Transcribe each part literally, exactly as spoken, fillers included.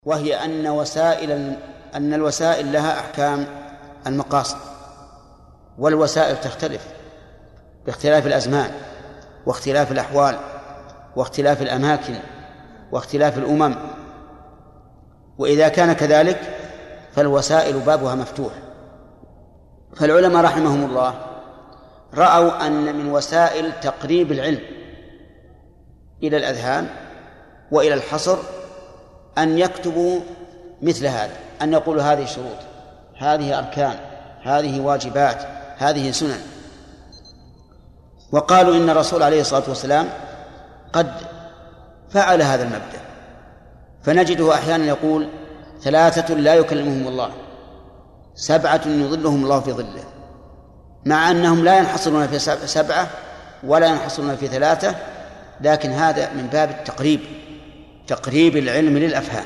وهي أن وسائل أن الوسائل لها أحكام المقاصد، والوسائل تختلف باختلاف الأزمان واختلاف الأحوال واختلاف الأماكن واختلاف الأمم. وإذا كان كذلك فالوسائل بابها مفتوح. فالعلماء رحمهم الله رأوا أن من وسائل تقريب العلم إلى الأذهان وإلى الحصر أن يكتبوا مثل هذا، أن يقولوا هذه شروط، هذه أركان، هذه واجبات، هذه سنن. وقالوا إن الرسول عليه الصلاة والسلام قد فعل هذا المبدأ، فنجده أحيانا يقول ثلاثة لا يكلمهم الله، سبعة يظلهم الله في ظله، مع أنهم لا ينحصرون في سبعة ولا ينحصرون في ثلاثة، لكن هذا من باب التقريب، تقريب العلم للأفهام.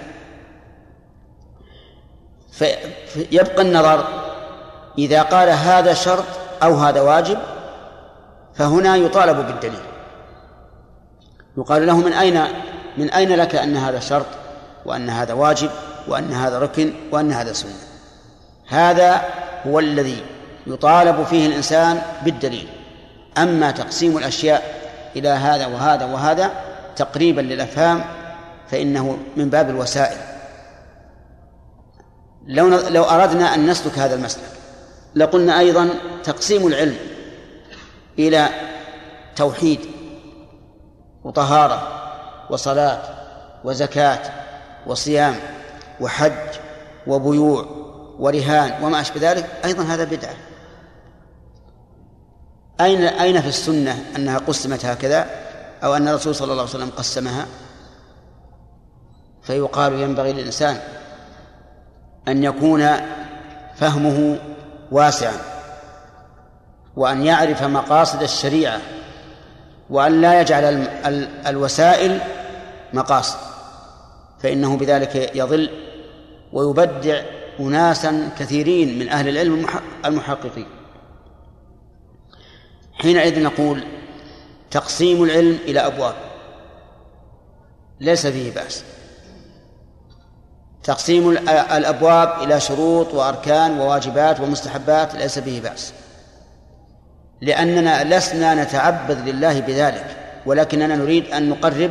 فيبقى النظر إذا قال هذا شرط أو هذا واجب، فهنا يطالب بالدليل، يقال له من أين من أين لك أن هذا شرط وأن هذا واجب وأن هذا ركن وأن هذا سنة؟ هذا هو الذي يطالب فيه الإنسان بالدليل. أما تقسيم الأشياء إلى هذا وهذا وهذا تقريبا للأفهام فإنه من باب الوسائل. لو لو أردنا أن نسلك هذا المسلك لقلنا أيضا تقسيم العلم إلى توحيد وطهارة وصلاة وزكاة وصيام وحج وبيوع ورهان وما أشبه ذلك، أيضا هذا بدعة. أين أين في السنة أنها قسمت هكذا أو أن الرسول صلى الله عليه وسلم قسمها؟ فيقال ينبغي للإنسان أن يكون فهمه واسعا، وأن يعرف مقاصد الشريعة، وأن لا يجعل الوسائل مقاصد، فإنه بذلك يضل ويبدع أناسا كثيرين من أهل العلم المحققين. حينئذ نقول تقسيم العلم إلى أبواب ليس فيه بأس، تقسيم الأبواب إلى شروط وأركان وواجبات ومستحبات ليس به بأس، لأننا لسنا نتعبد لله بذلك، ولكننا نريد أن نقرب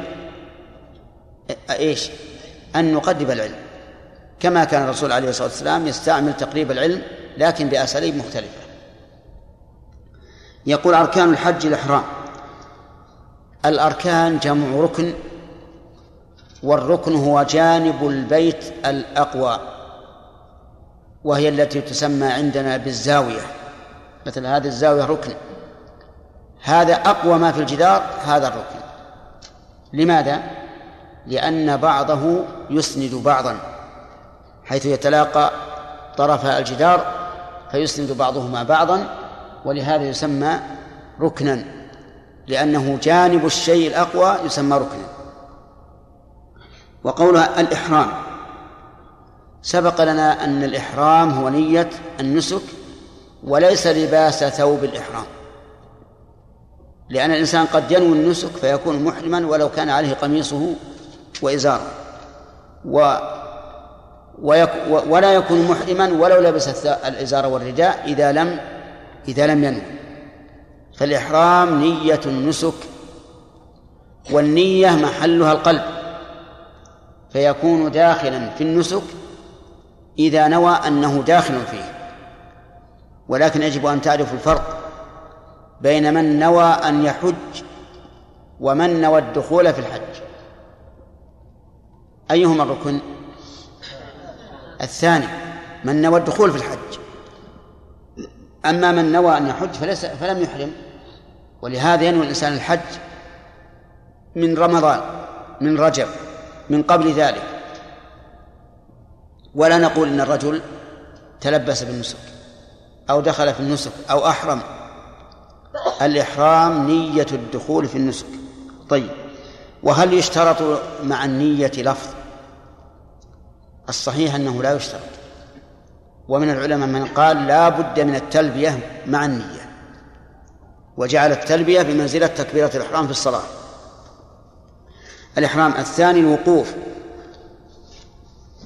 إيش؟ أن نقرب العلم، كما كان الرسول عليه الصلاة والسلام يستعمل تقريب العلم لكن بأساليب مختلفة. يقول أركان الحج الإحرام. الأركان جمع ركن، والركن هو جانب البيت الأقوى، وهي التي تسمى عندنا بالزاوية. مثل هذه الزاوية ركن، هذا أقوى ما في الجدار، هذا الركن. لماذا؟ لأن بعضه يسند بعضا، حيث يتلاقى طرفا الجدار فيسند بعضهما بعضا، ولهذا يسمى ركنا، لأنه جانب الشيء الأقوى يسمى ركنا. وقولها الإحرام، سبق لنا أن الإحرام هو نية النسك وليس لباس ثوب الإحرام، لأن الإنسان قد ينوي النسك فيكون محرما ولو كان عليه قميصه وإزاره، و ولا يكون محرما ولو لبس الإزار والرداء إذا لم إذا لم ينوي. فالإحرام نية النسك، والنية محلها القلب، فيكون داخلا في النسك إذا نوى أنه داخل فيه. ولكن يجب أن تعرف الفرق بين من نوى أن يحج ومن نوى الدخول في الحج. أيهما الركن؟ الثاني، من نوى الدخول في الحج. أما من نوى أن يحج فليس فلم يحرم، ولهذا ينوي الإنسان الحج من رمضان، من رجب، من قبل ذلك. ولا نقول إن الرجل تلبس بالنسك أو دخل في النسك أو أحرم. الإحرام نية الدخول في النسك. طيب، وهل يشترط مع النية لفظ؟ الصحيح أنه لا يشترط، ومن العلماء من قال لا بد من التلبية مع النية، وجعل التلبية بمنزلة تكبيرة الإحرام في الصلاة. الإحرام. الثاني الوقوف،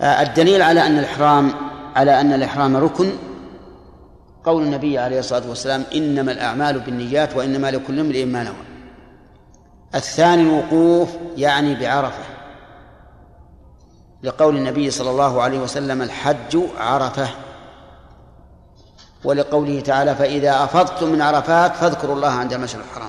الدليل على أن الإحرام على أن الإحرام ركن قول النبي عليه الصلاة والسلام: إنما الأعمال بالنيات وإنما لكل امرئ ما نوى. الثاني الوقوف يعني بعرفة، لقول النبي صلى الله عليه وسلم: الحج عرفة، ولقوله تعالى: فإذا أفضتم من عرفات فاذكروا الله عند المشعر الحرام.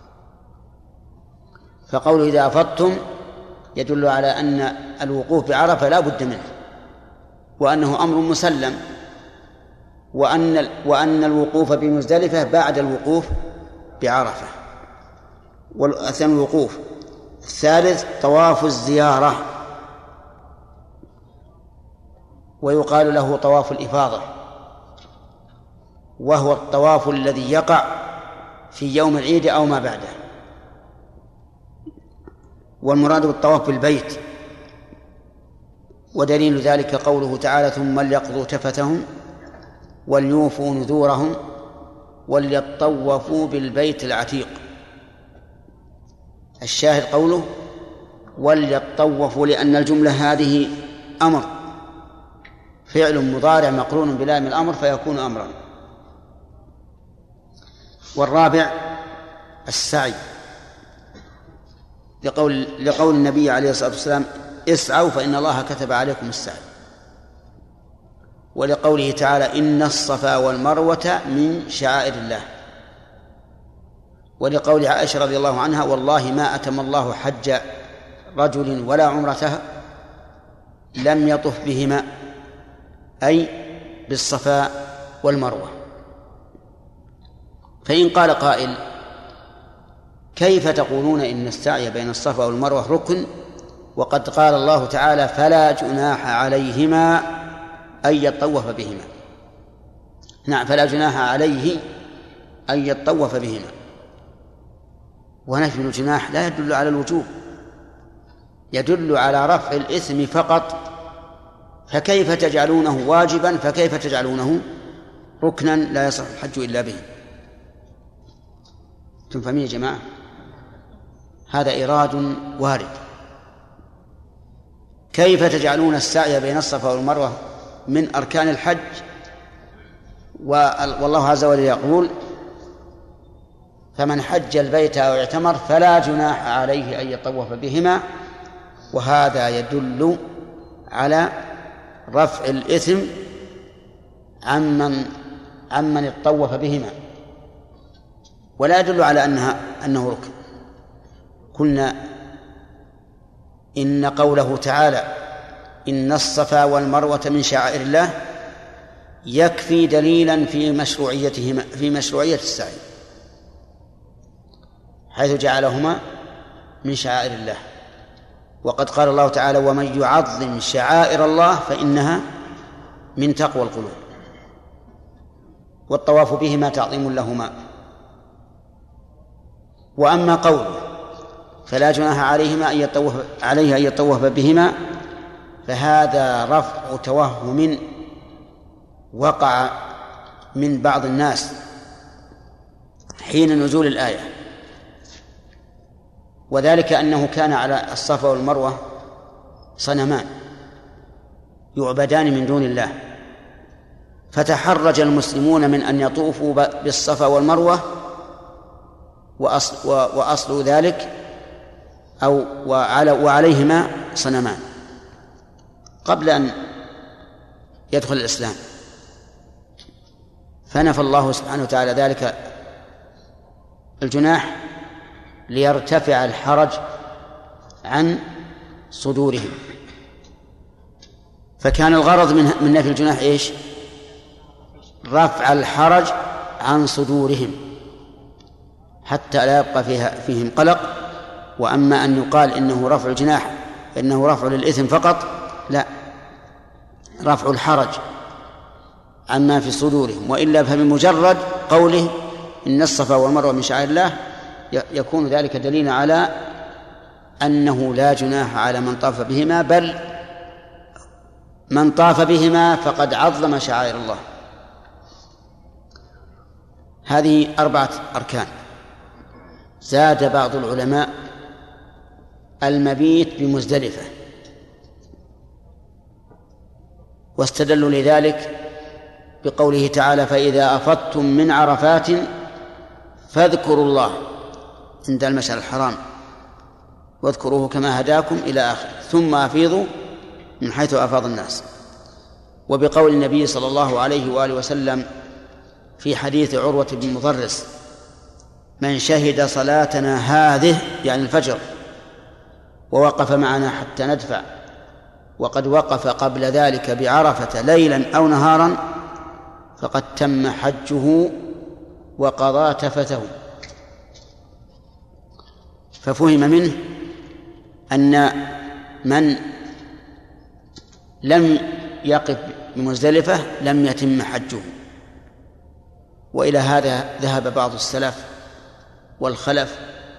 فقوله إذا أفضتم يدل على أن الوقوف بعرفة لا بد منه، وأنه أمر مسلم، وأن وأن الوقوف بمزدلفة بعد الوقوف بعرفة. والثاني الوقوف. الثالث طواف الزيارة، ويقال له طواف الإفاضة، وهو الطواف الذي يقع في يوم العيد أو ما بعده. والمراد بالطواف بالبيت، ودليل ذلك قوله تعالى: ثم ليقضوا تفتهم وليوفوا نذورهم وليطوفوا بالبيت العتيق. الشاهد قوله وليطوفوا، لأن الجملة هذه أمر، فعل مضارع مقرون بلام الأمر فيكون أمرا. والرابع السعي، لقول, لقول النبي عليه الصلاة والسلام: اسعوا فإن الله كتب عليكم السعي. ولقوله تعالى: إن الصفا والمروة من شعائر الله. ولقول عائشة رضي الله عنها: والله ما أتم الله حج رجل ولا عمرته لم يطف بهما، أي بالصفا والمروة. فإن قال قائل: كيف تقولون إن السعي بين الصفا والمروة ركن وقد قال الله تعالى: فلا جناح عليهما أن يطوف بهما؟ نعم، فلا جناح عليه أن يطوف بهما. ونفي الجناح لا يدل على الوجوب، يدل على رفع الإثم فقط. فكيف تجعلونه واجبا؟ فكيف تجعلونه ركنا لا يصح الحج إلا به؟ تفهمين يا جماعة؟ هذا إيراد وارد. كيف تجعلون السعي بين الصفا والمروة من أركان الحج، والله عز وجل يقول: فمن حج البيت أو اعتمر فلا جناح عليه أن يطوف بهما. وهذا يدل على رفع الإثم عمن عمن اطوف بهما، ولا يدل على أنها أنه ركن. قلنا إن قوله تعالى: إن الصفا والمروة من شعائر الله يكفي دليلا في مشروعيتهما في مشروعية السعي، حيث جعلهما من شعائر الله. وقد قال الله تعالى: ومن يعظم شعائر الله فإنها من تقوى القلوب. والطواف بهما تعظيم لهما. وأما قوله فلا جناح عليهما أن يطوف عليه أن يطوف بهما، فهذا رفع توهم وقع من بعض الناس حين نزول الآية، وذلك أنه كان على الصفا والمروة صنمان يعبدان من دون الله، فتحرج المسلمون من أن يطوفوا بالصفا والمروة، وأصل, وأصل ذلك أو وعليهما صنمان قبل أن يدخل الإسلام. فنفى الله سبحانه وتعالى ذلك الجناح ليرتفع الحرج عن صدورهم. فكان الغرض من من نفي الجناح إيش؟ رفع الحرج عن صدورهم حتى لا يبقى فيها فيهم قلق. وأما أن يقال إنه رفع الجناح إنه رفع للإثم فقط، لا، رفع الحرج عما في صدورهم. وإلا فبمجرد قوله إن الصفا والمروة من شعائر الله يكون ذلك دليلا على أنه لا جناح على من طاف بهما، بل من طاف بهما فقد عظم شعائر الله. هذه أربعة أركان. زاد بعض العلماء المبيت بمزدلفة، واستدلوا لذلك بقوله تعالى: فإذا أفضتم من عرفات فاذكروا الله عند المشعر الحرام واذكروه كما هداكم إلى آخر ثم أفيضوا من حيث أفاض الناس. وبقول النبي صلى الله عليه وآله وسلم في حديث عروة بن مضرس: من شهد صلاتنا هذه يعني الفجر ووقف معنا حتى ندفع وقد وقف قبل ذلك بعرفة ليلا أو نهارا فقد تم حجه وقضى تفثه. ففهم منه أن من لم يقف بمزدلفة لم يتم حجه. وإلى هذا ذهب بعض السلف والخلف،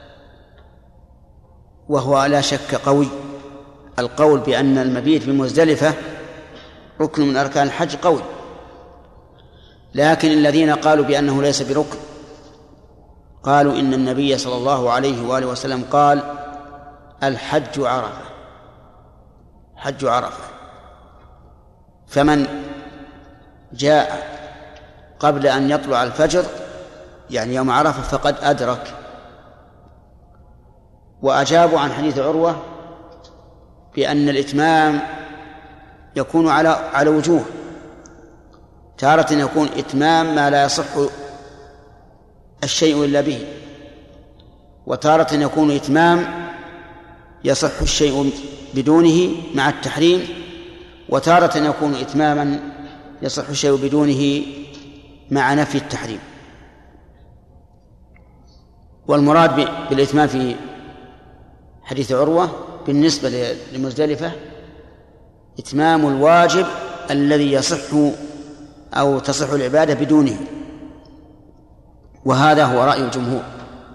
وهو لا شك قوي، القول بأن المبيت بمزدلفة ركن من أركان الحج قوي. لكن الذين قالوا بأنه ليس بركن قالوا إن النبي صلى الله عليه وآله وسلم قال: الحج عرفة، حج عرفة، فمن جاء قبل أن يطلع الفجر يعني يوم عرفة فقد أدرك. وأجابوا عن حديث عروة بأن الإتمام يكون على على وجوه، تارة يكون إتمام ما لا يصح الشيء إلا به، وتارة يكون إتمام يصح الشيء بدونه مع التحريم، وتارة يكون إتماما يصح الشيء بدونه مع نفي التحريم. والمراد بالإتمام في حديث عروة بالنسبة لمزدلفة إتمام الواجب الذي يصح أو تصح العبادة بدونه، وهذا هو رأي الجمهور.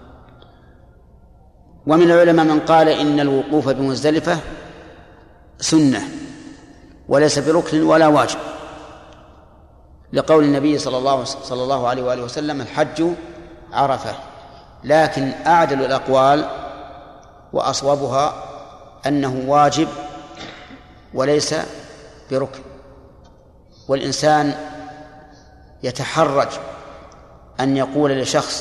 ومن العلماء من قال إن الوقوف بمزدلفة سنة وليس بركن ولا واجب، لقول النبي صلى الله صلى الله عليه وآله وسلم: الحج عرفة. لكن أعدل الأقوال وأصوبها أنه واجب وليس بركن. والإنسان يتحرج أن يقول لشخص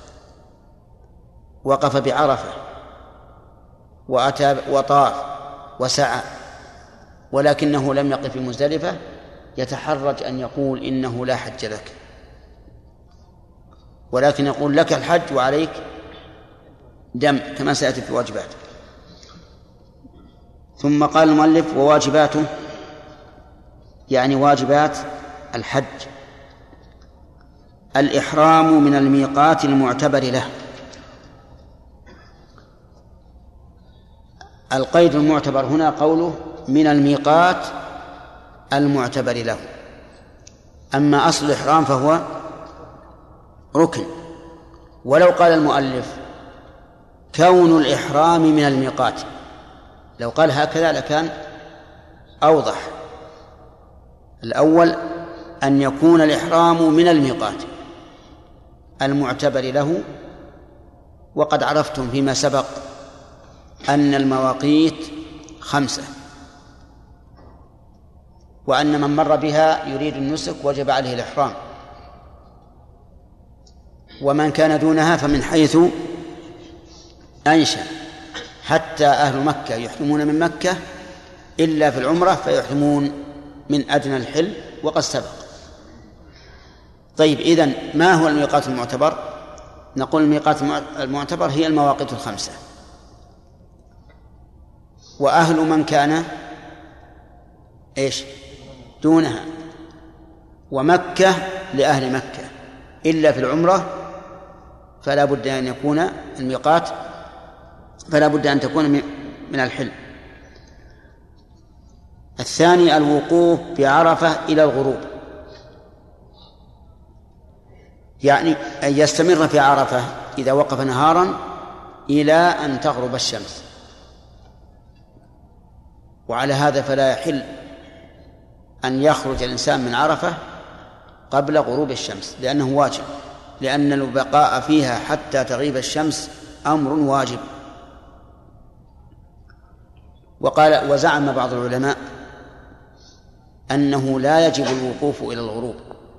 وقف بعرفة وأتى وطاف وسعى ولكنه لم يقف في مزدلفة، يتحرج أن يقول إنه لا حج لك، ولكن يقول: لك الحج وعليك دم، كما سيأتي في الواجبات. ثم قال المؤلف: وواجباته يعني واجبات الحج الإحرام من الميقات المعتبر له. القيد المعتبر هنا قوله من الميقات المعتبر له، أما أصل الإحرام فهو ركن. ولو قال المؤلف كون الإحرام من الميقات، لو قال هكذا لكان أوضح. الأول أن يكون الإحرام من الميقات المعتبر له، وقد عرفتم فيما سبق أن المواقيت خمسة، وأن من مر بها يريد النسك وجب عليه الإحرام، ومن كان دونها فمن حيث أنشأ، حتى أهل مكة يحرمون من مكة إلا في العمرة فيحرمون من أدنى الحل وقد سبق. طيب، إذن ما هو الميقات المعتبر؟ نقول الميقات المعتبر هي المواقيت الخمسة، وأهل من كان إيش دونها، ومكة لأهل مكة إلا في العمرة فلا بد أن يكون الميقات فلا بد أن تكون من الحل. الثاني الوقوف بعرفة إلى الغروب، يعني أن يستمر في عرفة إذا وقف نهارا إلى أن تغرب الشمس. وعلى هذا فلا يحل أن يخرج الإنسان من عرفة قبل غروب الشمس، لأنه واجب، لأن البقاء فيها حتى تغيب الشمس أمر واجب. وقال وزعم بعض العلماء أنه لا يجب الوقوف إلى الغروب،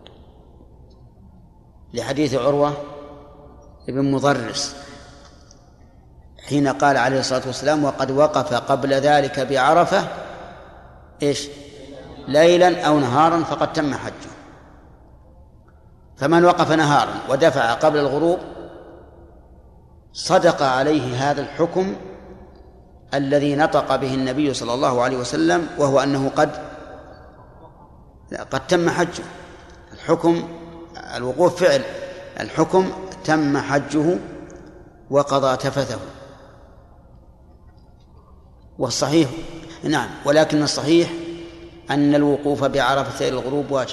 لحديث عروة ابن مضرس حين قال عليه الصلاة والسلام: وقد وقف قبل ذلك بعرفة إيش ليلا أو نهارا فقد تم حجه. فمن وقف نهارا ودفع قبل الغروب صدق عليه هذا الحكم الذي نطق به النبي صلى الله عليه وسلم، وهو أنه قد قد تم حجه. الحكم الوقوف فعل، الحكم تم حجه وقضى تفثه. والصحيح نعم، ولكن الصحيح أن الوقوف بعرفة إلى الغروب واجب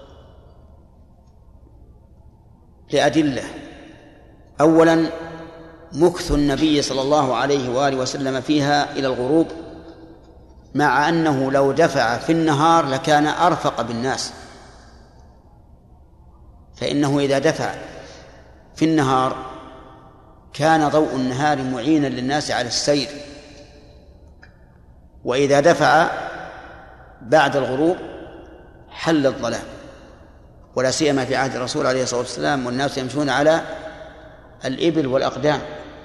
لأدلة. أولا مكث النبي صلى الله عليه وآله وسلم فيها إلى الغروب، مع أنه لو دفع في النهار لكان أرفق بالناس، فإنه إذا دفع في النهار كان ضوء النهار معينا للناس على السير، وإذا دفع بعد الغروب حل الظلام، ولا سيما في عهد الرسول عليه الصلاة والسلام والناس يمشون على الإبل والأقدام،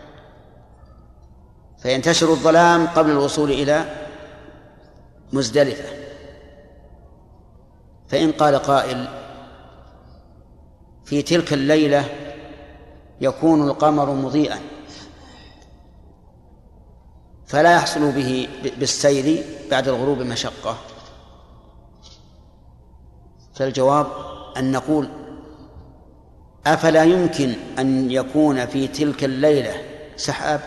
فينتشر الظلام قبل الوصول إلى مزدلفة. فإن قال قائل: في تلك الليلة يكون القمر مضيئا فلا يحصل به بالسير بعد الغروب مشقة، فالجواب أن نقول: أفلا يمكن أن يكون في تلك الليلة سحاب؟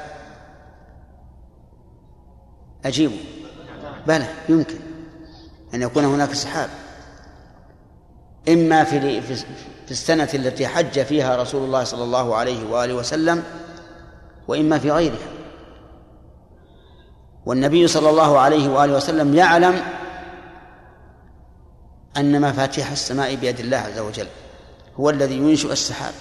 أجيبوا: بلى يمكن أن يكون هناك سحاب، إما في في السنة التي حج فيها رسول الله صلى الله عليه وآله وسلم، وإما في غيرها. والنبي صلى الله عليه وآله وسلم يعلم أن مفاتيح السماء بيد الله عز وجل، هو الذي ينشئ السحاب،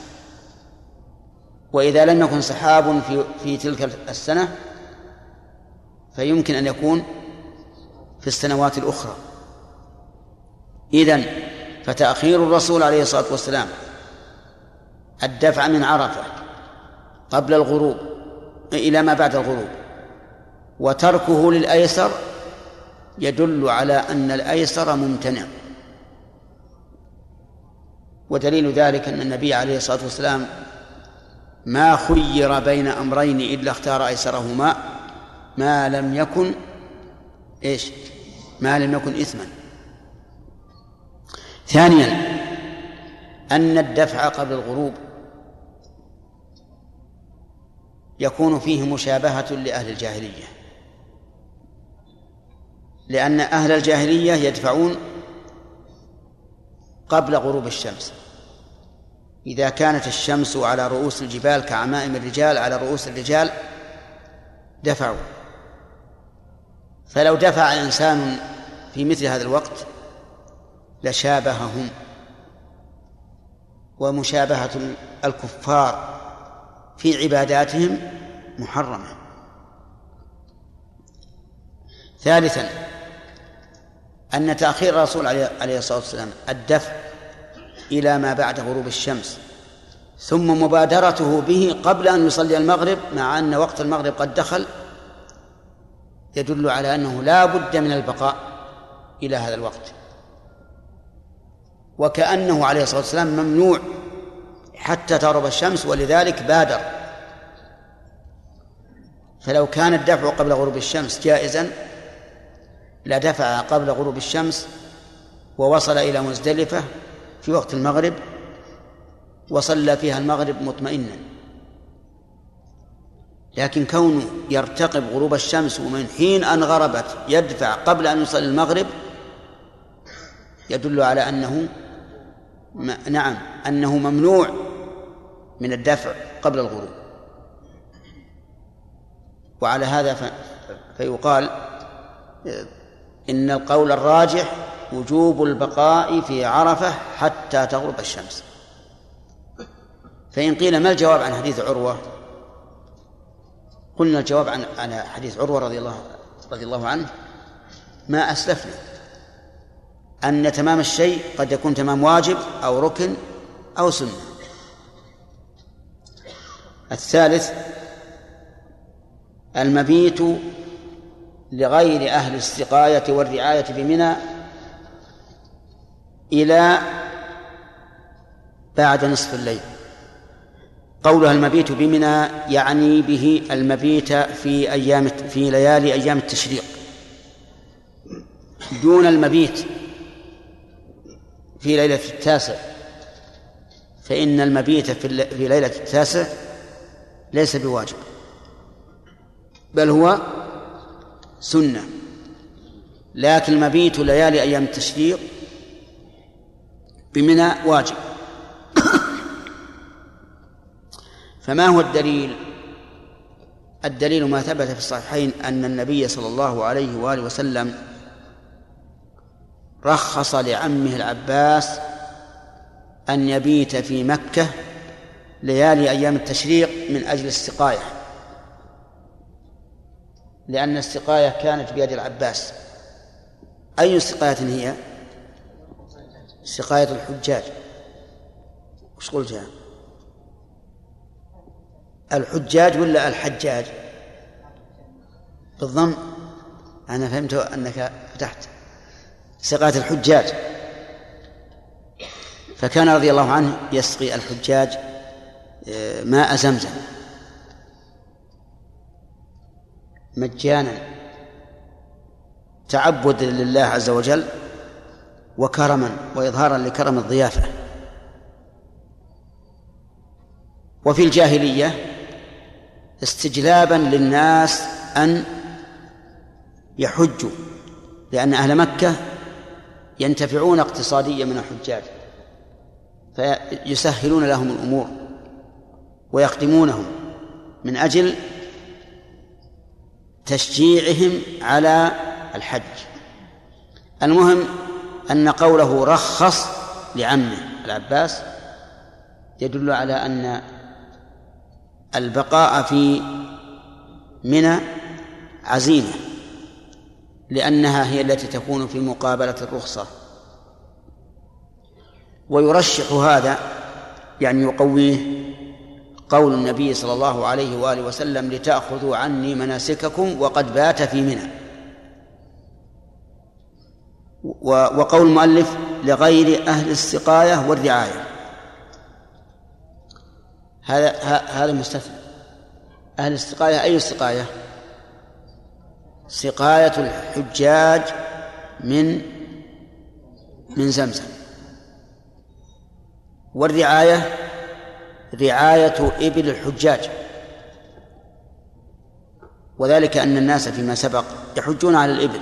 وإذا لم يكن سحاب في في تلك السنة فيمكن أن يكون في السنوات الأخرى. إذن فتأخير الرسول عليه الصلاة والسلام الدفع من عرفة قبل الغروب إلى ما بعد الغروب وتركه للأيسر يدل على أن الأيسر ممتنع. ودليل ذلك أن النبي عليه الصلاة والسلام ما خير بين أمرين إلا اختار أيسرهما ما لم يكن إيش ما لم يكن إثما. ثانيا أن الدفع قبل الغروب يكون فيه مشابهة لأهل الجاهلية، لأن أهل الجاهلية يدفعون قبل غروب الشمس، إذا كانت الشمس على رؤوس الجبال كعمائم الرجال على رؤوس الرجال دفعوا. فلو دفع إنسان في مثل هذا الوقت لشابههم، ومشابهة الكفار في عباداتهم محرمة. ثالثا أن تأخير الرسول عليه الصلاة والسلام الدفع إلى ما بعد غروب الشمس ثم مبادرته به قبل أن يصلي المغرب مع أن وقت المغرب قد دخل يدل على أنه لا بد من البقاء إلى هذا الوقت، وكأنه عليه الصلاة والسلام ممنوع حتى تغرب الشمس ولذلك بادر. فلو كان الدفع قبل غروب الشمس جائزا لدفع قبل غروب الشمس ووصل إلى مزدلفة في وقت المغرب وصلى فيها المغرب مطمئنا. لكن كونه يرتقب غروب الشمس ومن حين أن غربت يدفع قبل أن يصلي المغرب يدل على أنه نعم أنه ممنوع من الدفع قبل الغروب. وعلى هذا فيقال إن القول الراجح وجوب البقاء في عرفة حتى تغرب الشمس. فإن قيل ما الجواب عن حديث عروة؟ قلنا الجواب عن على حديث عروة رضي الله رضي الله عنه ما أسلفنا، أن تمام الشيء قد يكون تمام واجب أو ركن أو سنة. الثالث المبيت لغير أهل السقاية والرعاية بمنى إلى بعد نصف الليل. قولها المبيت بمنى يعني به المبيت في أيام في ليالي أيام التشريق، دون المبيت في ليلة التاسع، فإن المبيت في ليلة التاسع ليس بواجب بل هو سنة، لكن المبيت ليالي أيام التشريق بمنى واجب. فما هو الدليل؟ الدليل ما ثبت في الصحيحين أن النبي صلى الله عليه وآله وسلم رخص لعمه العباس أن يبيت في مكة ليالي أيام التشريق من أجل السقاية، لأن السقاية كانت بيد العباس. أي سقاية هي؟ سقاية الحجاج. وش قلت يا الحجاج ولا الحجاج؟ بالضم. أنا فهمت أنك فتحت سقاية الحجاج. فكان رضي الله عنه يسقي الحجاج ماء زمزم مجانا تعبدا لله عز وجل وكرما وإظهارا لكرم الضيافة. وفي الجاهلية استجلابا للناس أن يحجوا، لأن أهل مكة ينتفعون اقتصاديا من الحجاج فيسهلون لهم الأمور ويخدمونهم من أجل تشجيعهم على الحج. المهم أن قوله رخص لعمه العباس يدل على أن البقاء في منى عزيمة، لأنها هي التي تكون في مقابلة الرخصة. ويرشح هذا يعني يقويه قول النبي صلى الله عليه وآله وسلم لتأخذوا عني مناسككم وقد بات في منى. وقول المؤلف لغير أهل السقاية والرعاية، هذا هذا مستثنى. أهل السقاية أي السقاية؟ سقاية الحجاج من من زمزم. والرعاية رعاية إبل الحجاج، وذلك أن الناس فيما سبق يحجون على الإبل،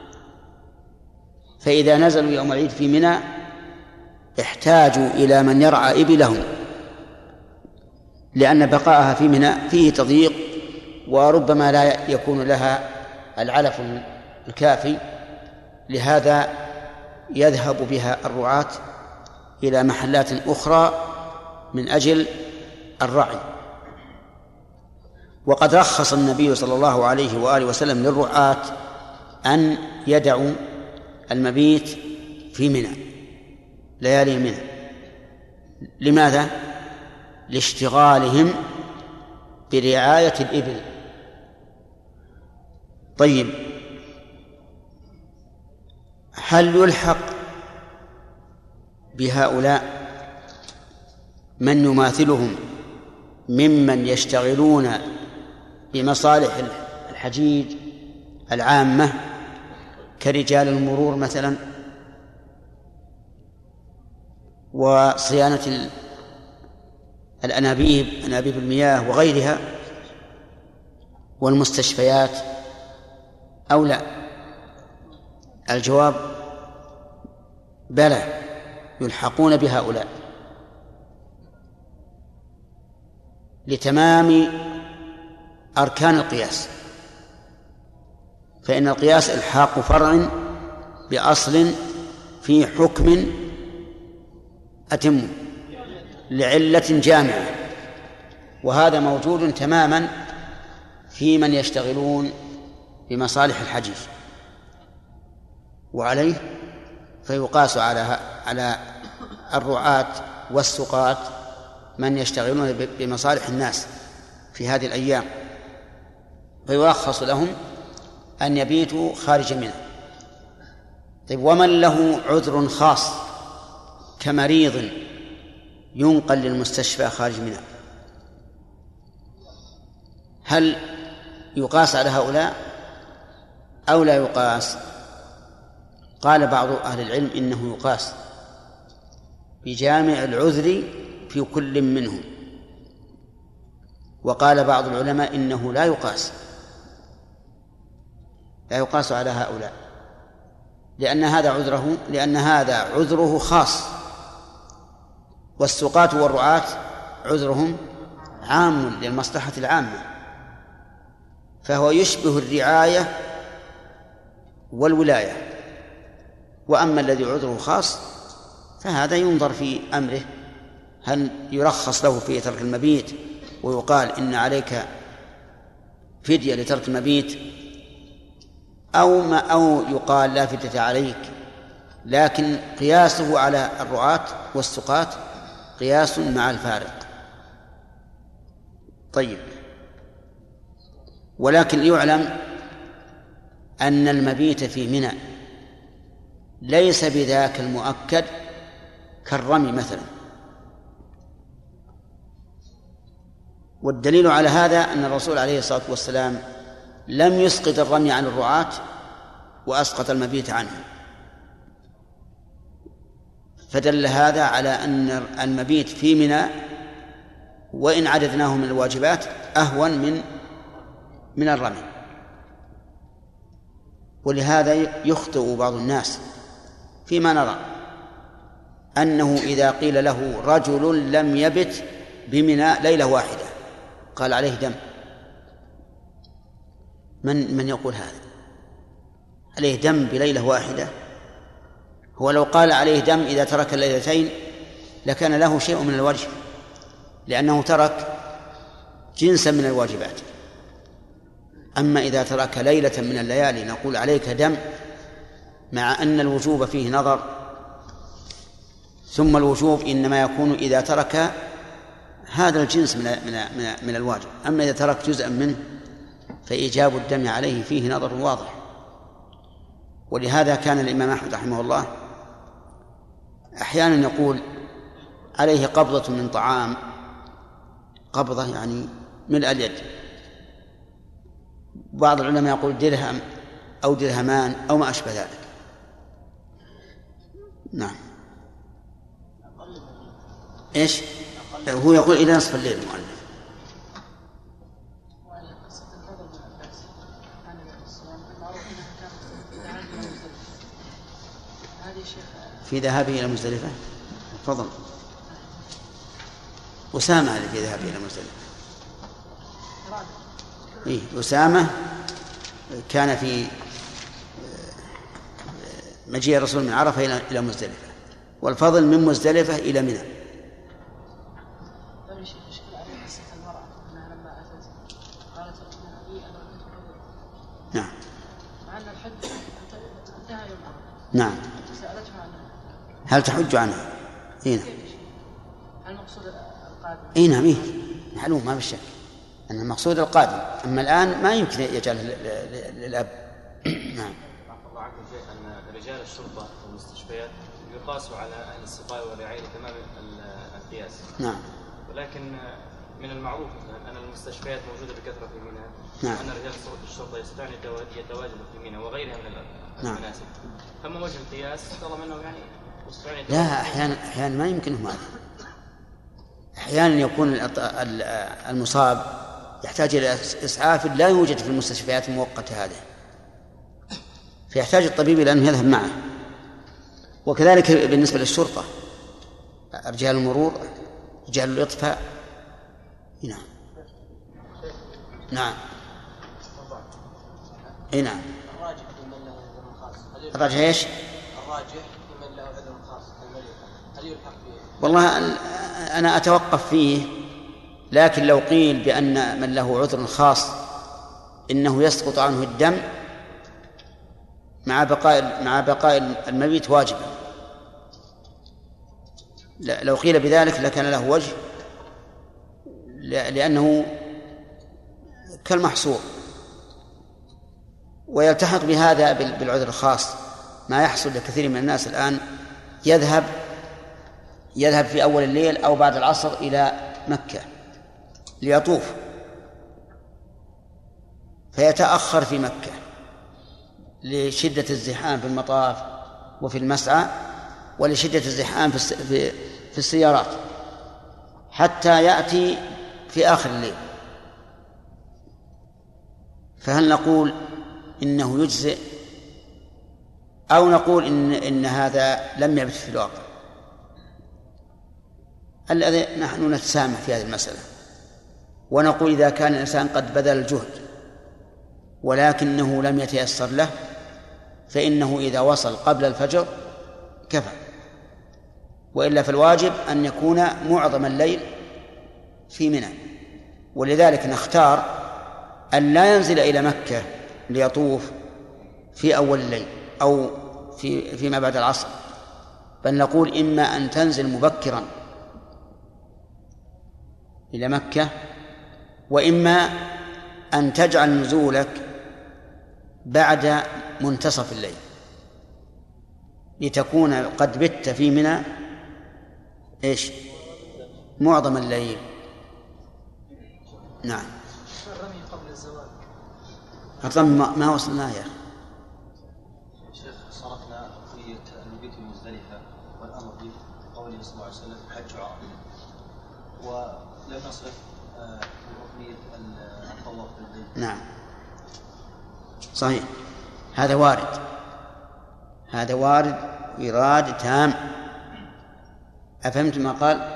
فإذا نزلوا يوم العيد في منى احتاجوا إلى من يرعى إبلهم، لأن بقاءها في منى فيه تضييق وربما لا يكون لها العلف الكافي، لهذا يذهب بها الرعاة إلى محلات أخرى من أجل الرعي. وقد رخص النبي صلى الله عليه وآله وسلم للرعاة أن يدعوا المبيت في منى ليالي منى. لماذا؟ لاشتغالهم برعاية الإبل. طيب، هل يلحق بهؤلاء من يماثلهم ممن يشتغلون بمصالح الحجيج العامة كرجال المرور مثلا وصيانة الأنابيب أنابيب المياه وغيرها والمستشفيات، أو لا؟ الجواب بلى، يلحقون بهؤلاء لتمام أركان القياس، فإن القياس إلحاق فرع بأصل في حكم أتم لعلة جامعة، وهذا موجود تماما في من يشتغلون بمصالح الحجيج. وعليه فيقاس على على الرعاة والسقاة من يشتغلون بمصالح الناس في هذه الأيام، فيرخص لهم أن يبيتوا خارج منى. طيب ومن له عذر خاص كمريض ينقل للمستشفى خارج منى، هل يقاس على هؤلاء أو لا يقاس؟ قال بعض أهل العلم إنه يقاس بجامع العذر في كل منهم، وقال بعض العلماء إنه لا يقاس لا يقاس على هؤلاء، لأن هذا عذره لأن هذا عذره خاص، والسقاة والرعاة عذرهم عام للمصلحة العامة، فهو يشبه الرعاية والولاية. وأما الذي عذره خاص فهذا ينظر في أمره، هل يرخص له في ترك المبيت ويقال إن عليك فدية لترك المبيت، أو ما أو يقال لا فدية عليك، لكن قياسه على الرعاة والسقاة قياس مع الفارق. طيب، ولكن يعلم أن المبيت في منى ليس بذاك المؤكد كالرمي مثلا، والدليل على هذا أن الرسول عليه الصلاة والسلام لم يسقط الرمي عن الرعاة وأسقط المبيت عنه، فدل هذا على أن المبيت في منى وإن عددناه من الواجبات أهون من من الرمي. ولهذا يخطئ بعض الناس فيما نرى أنه إذا قيل له رجل لم يبت بمنى ليلة واحدة قال عليه دم. من من يقول هذا عليه دم بليلة واحدة؟ هو لو قال عليه دم إذا ترك الليلتين لكان له شيء من الوجه، لأنه ترك جنسا من الواجبات. أما إذا ترك ليلة من الليالي نقول عليك دم، مع أن الوجوب فيه نظر، ثم الوجوب إنما يكون إذا ترك هذا الجنس من من من الواجب. أما إذا ترك جزءا منه فإيجاب الدم عليه فيه نظر واضح. ولهذا كان الإمام أحمد رحمه الله أحيانا يقول عليه قبضة من طعام، قبضة يعني ملء اليد، بعض العلماء يقول درهم أو درهمان أو ما أشبه ذلك. نعم. إيش هو يقول إلى نصف الليل المؤلف. في ذهابه إلى مزدلفة فضل أسامة اللي في ذهابه إلى مزدلفة. إيه أسامة كان في مجيء الرسول من عرفة إلى مزدلفة، والفضل من مزدلفة إلى منى. نعم. نعم. هل تحج عنها؟ إيه نعم. المقصود القادم. إيه نعم إيه معلوم ما بالشك أن المقصود القادم، أما الآن ما يمكن يجعل للأب. نعم. الله عنكم شيء أن رجال الشرطة والمستشفيات يقاسوا على أهل السقاية والرعاية تمام القياس. نعم. ولكن من المعروف مثلا أن المستشفيات موجودة بكثرة في منى، نعم. وأن رجال الشرطة يستطيعون يتواجدوا في منى وغيرها من المناسك. نعم. فما وجه القياس طالما أنه يعني لا أحيانا أحيانا ما يمكنهم هذا. أحيانا يكون المصاب يحتاج إلى إسعاف لا يوجد في المستشفيات المؤقتة هذه، فيحتاج الطبيب إلى أن يذهب معه. وكذلك بالنسبة للشرطة، رجال المرور، رجال الإطفاء. نعم. نعم. اي نعم. الراجح لمن له عذر خاص. الراجح ايش؟ الراجح لمن له عذر خاص هل يلحق فيه؟ والله أنا أتوقف فيه، لكن لو قيل بأن من له عذر خاص إنه يسقط عنه الدم مع بقاء مع بقاء المبيت واجبا. لو قيل بذلك لكان له وجه، لأنه كالمحصور. ويلتحق بهذا بالعذر الخاص ما يحصل لكثير من الناس الآن، يذهب يذهب في أول الليل أو بعد العصر إلى مكة ليطوف، فيتأخر في مكة لشدة الزحام في المطاف وفي المسعى، ولشدة الزحام في في السيارات، حتى يأتي في آخر الليل. فهل نقول إنه يجزئ، أو نقول إن إن هذا لم يبت في الواقع؟ الذي نحن نتسامح في هذه المسألة، ونقول إذا كان الإنسان قد بذل الجهد ولكنه لم يتيسر له، فإنه إذا وصل قبل الفجر كفى، وإلا فالواجب أن يكون معظم الليل في منى. ولذلك نختار أن لا ينزل إلى مكة ليطوف في أول الليل أو في فيما بعد العصر، بل نقول إما أن تنزل مبكرا إلى مكة، وإما أن تجعل نزولك بعد منتصف الليل لتكون قد بت في منى إيش معظم الليل. نعم. الرمي قبل الزوال. الرمي ما وصلناه يا أخي. شيخ، صرفنا قضية المبيت المزدلفة والأمر بقوله صلى الله عليه وسلم حج عرفة، ولم نصرف ركنية الطواف بالبيت. نعم صحيح، هذا وارد، هذا وارد إرادة تام. أفهمت ما قال؟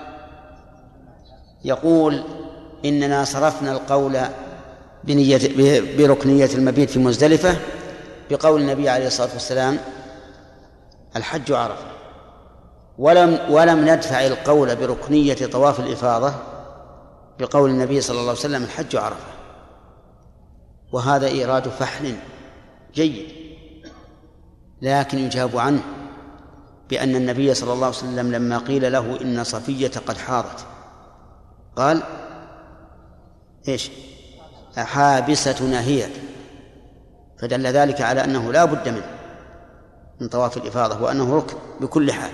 يقول إننا صرفنا القول بنية بركنية المبيت في مزدلفة بقول النبي عليه الصلاة والسلام الحج عرفة، ولم ولم ندفع القول بركنية طواف الإفاضة بقول النبي صلى الله عليه وسلم الحج عرفة. وهذا إيراد فحل جيد، لكن يجاب عنه بأن النبي صلى الله عليه وسلم لما قيل له إن صفية قد حاضت قال إيش حابستنا هي، فدل ذلك على أنه لا بد منه من طواف الإفاضة، وأنه ركن بكل حال.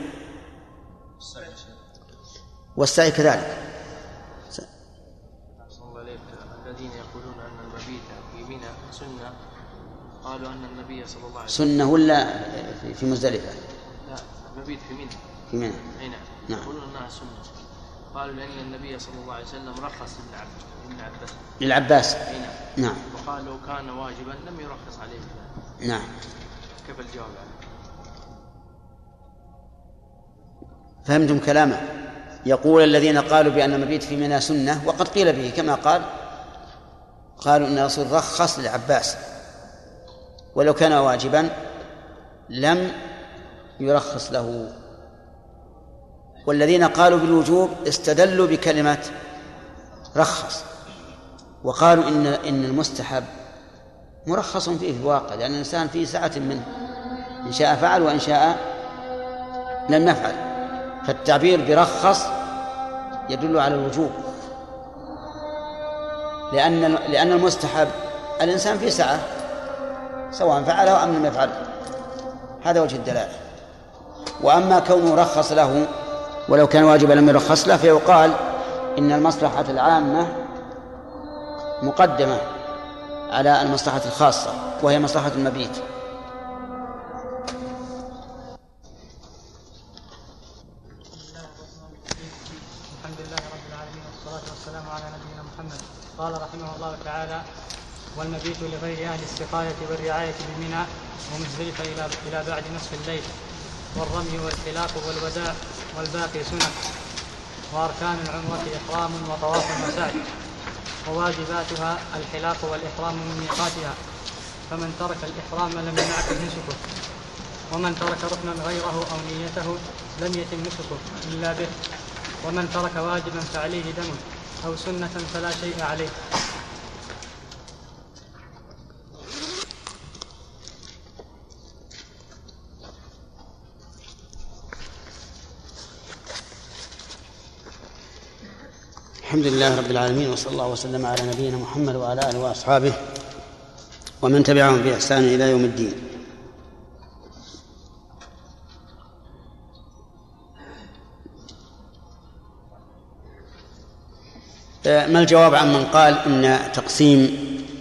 والسعي كذلك. الذين يقولون أن المبيت في منى سنة قالوا أن النبي صلى الله عليه وسلم سنة ولا في مزدلفة؟ لا، المبيت في منى. في منى. أي نعم. نعم. يقولون أنها سنة، قالوا لأن النبي صلى الله عليه وسلم رخص للعباس. للعباس. أي نعم. نعم. وقالوا كان واجبا لم يرخص عليه بذلك. نعم. كيف الجواب عليه؟ فهمتم كلامه؟ يقول الذين قالوا بأن المبيت في منى سنة وقد قيل به كما قال، قالوا إن الرسول رخص للعباس، ولو كان واجبا لم يرخص له. والذين قالوا بالوجوب استدلوا بكلمة رخص، وقالوا إن إن المستحب مرخص فيه في الواقع، لأن الإنسان فيه سعة منه، إن شاء فعل وإن شاء لم يفعل. فالتعبير برخص يدل على الوجوب، لأن لأن المستحب الإنسان فيه سعة سواء فعله أم لم يفعله، هذا وجه الدلالة. وأما كونه رخص له ولو كان واجبا لم يرخص له، فيقال إن المصلحة العامة مقدمة على المصلحة الخاصة وهي مصلحة المبيت. الحمد لله رب العالمين والصلاة والسلام على نبينا محمد. قال رحمه الله تعالى: والمبيت لغير أهل السقاية والرعاية بمنى ومزدلفة إلى إلى بعد نصف الليل، والرمي والحلاق والوداع والباقي سنة. وأركان العمرة إحرام وطواف وسعي، وواجباتها الحلاق والإحرام من ميقاتها، فمن ترك الإحرام لم ينعقد نسكه، ومن ترك ركنا غيره أو نيته لم يتم نسكه إلا به، ومن ترك واجبا فعليه دم أو سنة فلا شيء عليه. الحمد لله رب العالمين، وصلى الله وسلم على نبينا محمد وعلى آله وأصحابه ومن تبعهم بإحسان إلى يوم الدين. ما الجواب عن من قال إن تقسيم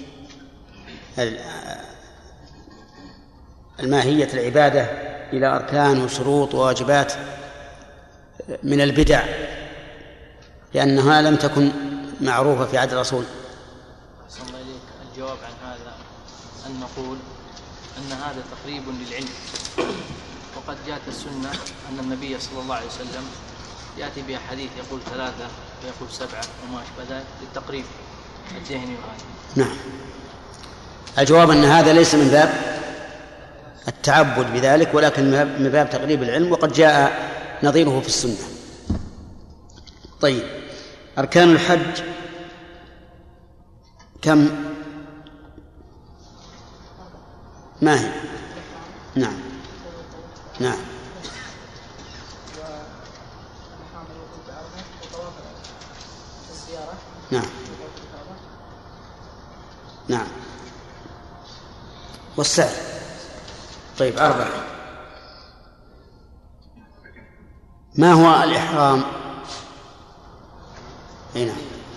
الماهية العبادة إلى أركان وشروط وواجبات من البدع لأنها لم تكن معروفة في عهد الرسول؟ أحسن الله إليك. الجواب عن هذا أن نقول أن هذا تقريب للعلم، وقد جاءت السنة أن النبي صلى الله عليه وسلم يأتي بأحاديث يقول ثلاثة ويقول سبعة وما أشبه ذلك للتقريب الذهني. وهذا نعم. الجواب أن هذا ليس من باب التعبد بذلك، ولكن من باب تقريب العلم، وقد جاء نظيره في السنة. طيب، أركان الحج كم؟ ما هي؟ نعم نعم نعم نعم والسعي. طيب، أربعة. ما هو الإحرام؟ هنا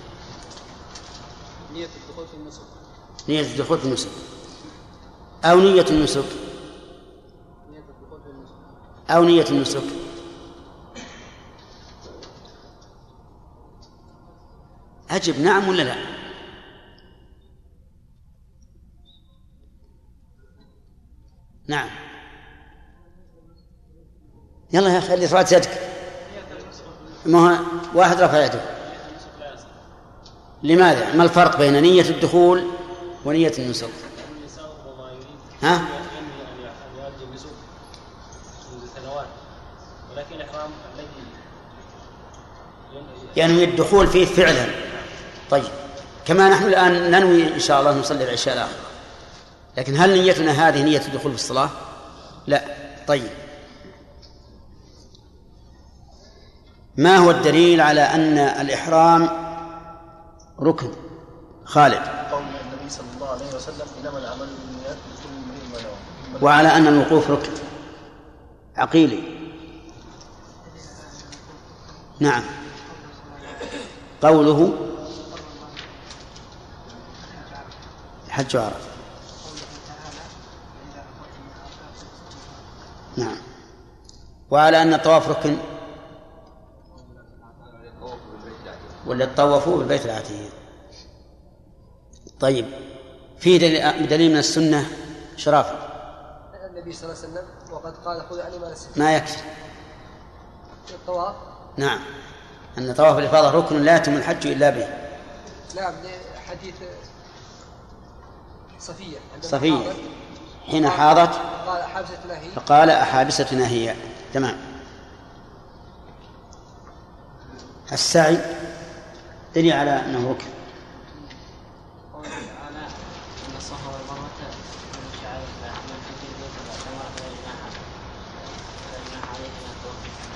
نية الدخول في النسك. نية الدخول في النسك أو نية النسك نية الدخول في النسك أو نية النسك. أجب نعم ولا لا؟ نعم. يلا يا أخي اللي رفعت يدك. ما هو واحد رفع يده. لماذا؟ ما الفرق بين نية الدخول ونية النسك؟ ها؟ ولكن الإحرام الذي يعني الدخول فيه فعلا. طيب، كما نحن الآن ننوي إن شاء الله نصلي العشاء الآخر، لكن هل نيتنا هذه نية الدخول في الصلاة؟ لا. طيب، ما هو الدليل على أن الإحرام ركن؟ خالد. قول النبي صلى الله عليه وسلم إنما الأعمال بالنيات لكل امرئ ما نوى. وعلى أن الوقوف ركن. عقيلي. نعم. قوله الحج عرفة. نعم. وعلى أن الطواف ركن، ولا طوفوا بالبيت العتيق. طيب، في دليل, دليل من السنة شرافة. النبي صلى الله عليه وسلم وقد قال خذ عني ما نسيت. ما يكفي. الطواف. نعم، أن طواف الإفاضة ركن لا يتم الحج إلا به. نعم، حديث صفية. صفية حين حاضت قال أحابستنا هي. فقال أحابستنا هي. تمام. السعي دليل على أنه ركن. قوله تعالى أن الصفا والمروة من شعائر الله من حج البيت والاعتمار فلا جناح عليه أن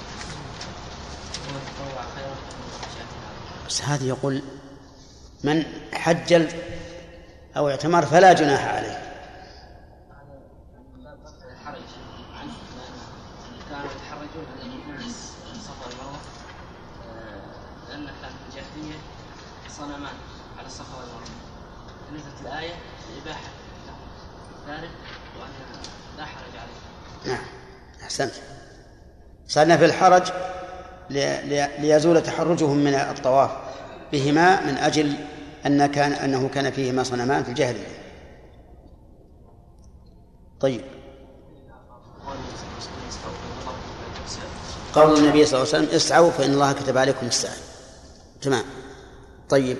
يتطوع خيرا من خشية. بس هذه يقول من حج أو اعتمر فلا جناح عليه. الحرج عنه كانوا يتحرجون أن الصفا والمروة لأن كانت الجاهلية صنمان على الصفا والمروة، نزلت الآية الإباحة ذلك وأن لا حرج عليه. نعم، أحسنت. صارنا في الحرج ليزول تحرجهم من الطواف بهما من أجل أن كان أنه كان فيهما صنمان في الجاهلية. طيب، قول النبي صلى الله عليه وسلم اسعوا فإن الله كتب عليكم السعي. تمام. طيب،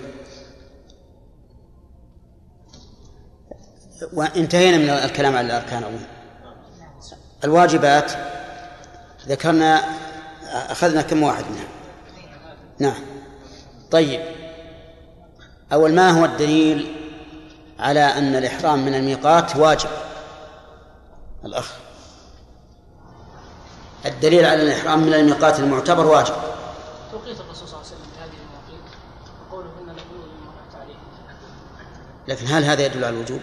وانتهينا من الكلام على الأركان عموما. الواجبات ذكرنا، أخذنا كم واحد منها؟ نعم. طيب، أول ما هو الدليل على أن الإحرام من الميقات واجب؟ الأخ، الدليل على الإحرام من الميقات المعتبر واجب. توقيت الرسول صلى الله عليه وسلم في هذه المواقيت قوله إن لبلوغ المرأة عليه. لكن هل هذا يدل على الوجوب؟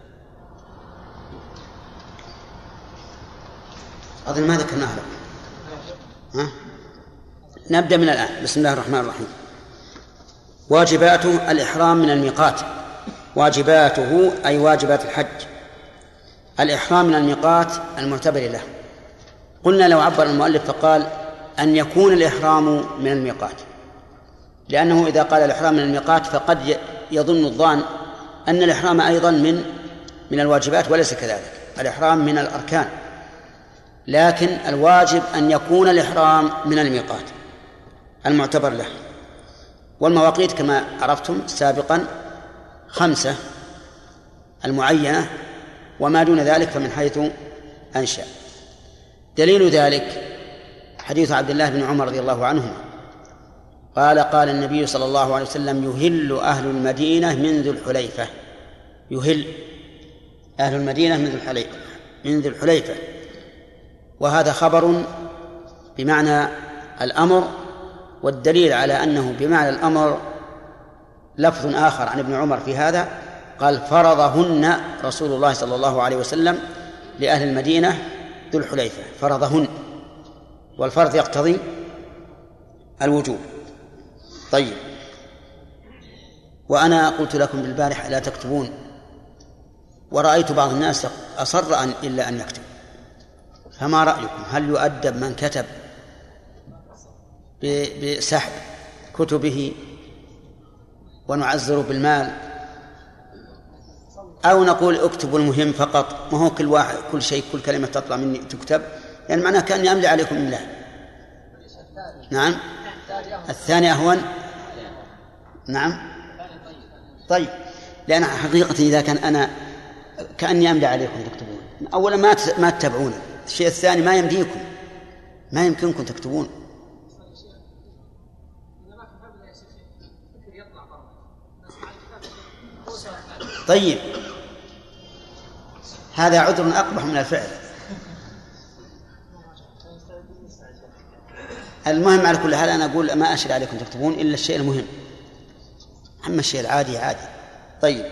أظن ما ذكرناها لكم. ها؟ نبدأ من الآن. بسم الله الرحمن الرحيم. واجباته الإحرام من الميقات. واجباته أي واجبات الحج. الإحرام من الميقات المعتبر له. قلنا لو عبر المؤلف فقال أن يكون الإحرام من الميقات، لأنه إذا قال الإحرام من الميقات فقد يظن الظان أن الإحرام أيضا من من الواجبات، وليس كذلك. الإحرام من الأركان، لكن الواجب أن يكون الإحرام من الميقات المعتبر له. والمواقيت كما عرفتم سابقا خمسة المعينة، وما دون ذلك فمن حيث أنشأ. دليل ذلك حديث عبد الله بن عمر رضي الله عنهما قال قال النبي صلى الله عليه وسلم يهل أهل المدينة من ذي الحليفة. يهل أهل المدينة من ذي الحليفة من ذي الحليفة وهذا خبر بمعنى الأمر، والدليل على أنه بمعنى الأمر لفظ آخر عن ابن عمر في هذا قال فرضهن رسول الله صلى الله عليه وسلم لأهل المدينة ذو الحليفة. فرضهن، والفرض يقتضي الوجوب. طيب، وأنا قلت لكم بالبارحة لا تكتبون، ورأيت بعض الناس أصر أن إلا أن يكتب، فما رأيكم؟ هل يؤدب من كتب بسحب كتبه ونعزر بالمال، أو نقول اكتبوا المهم فقط؟ ما هو كل واحد كل شيء كل كلمة تطلع مني تكتب، يعني معناه كأني أملي عليكم الله. نعم، الثاني أهون. نعم، طيب، لأن حقيقة إذا كان أنا كأني أملي عليكم تكتبون، أولا ما ما تتبعون، الشيء الثاني ما يمديكم، ما يمكنكم تكتبون. طيب، هذا عذر أقبح من الفعل. المهم على كل حال أنا أقول ما أشر عليكم تكتبون إلا الشيء المهم، أما الشيء العادي عادي. طيب،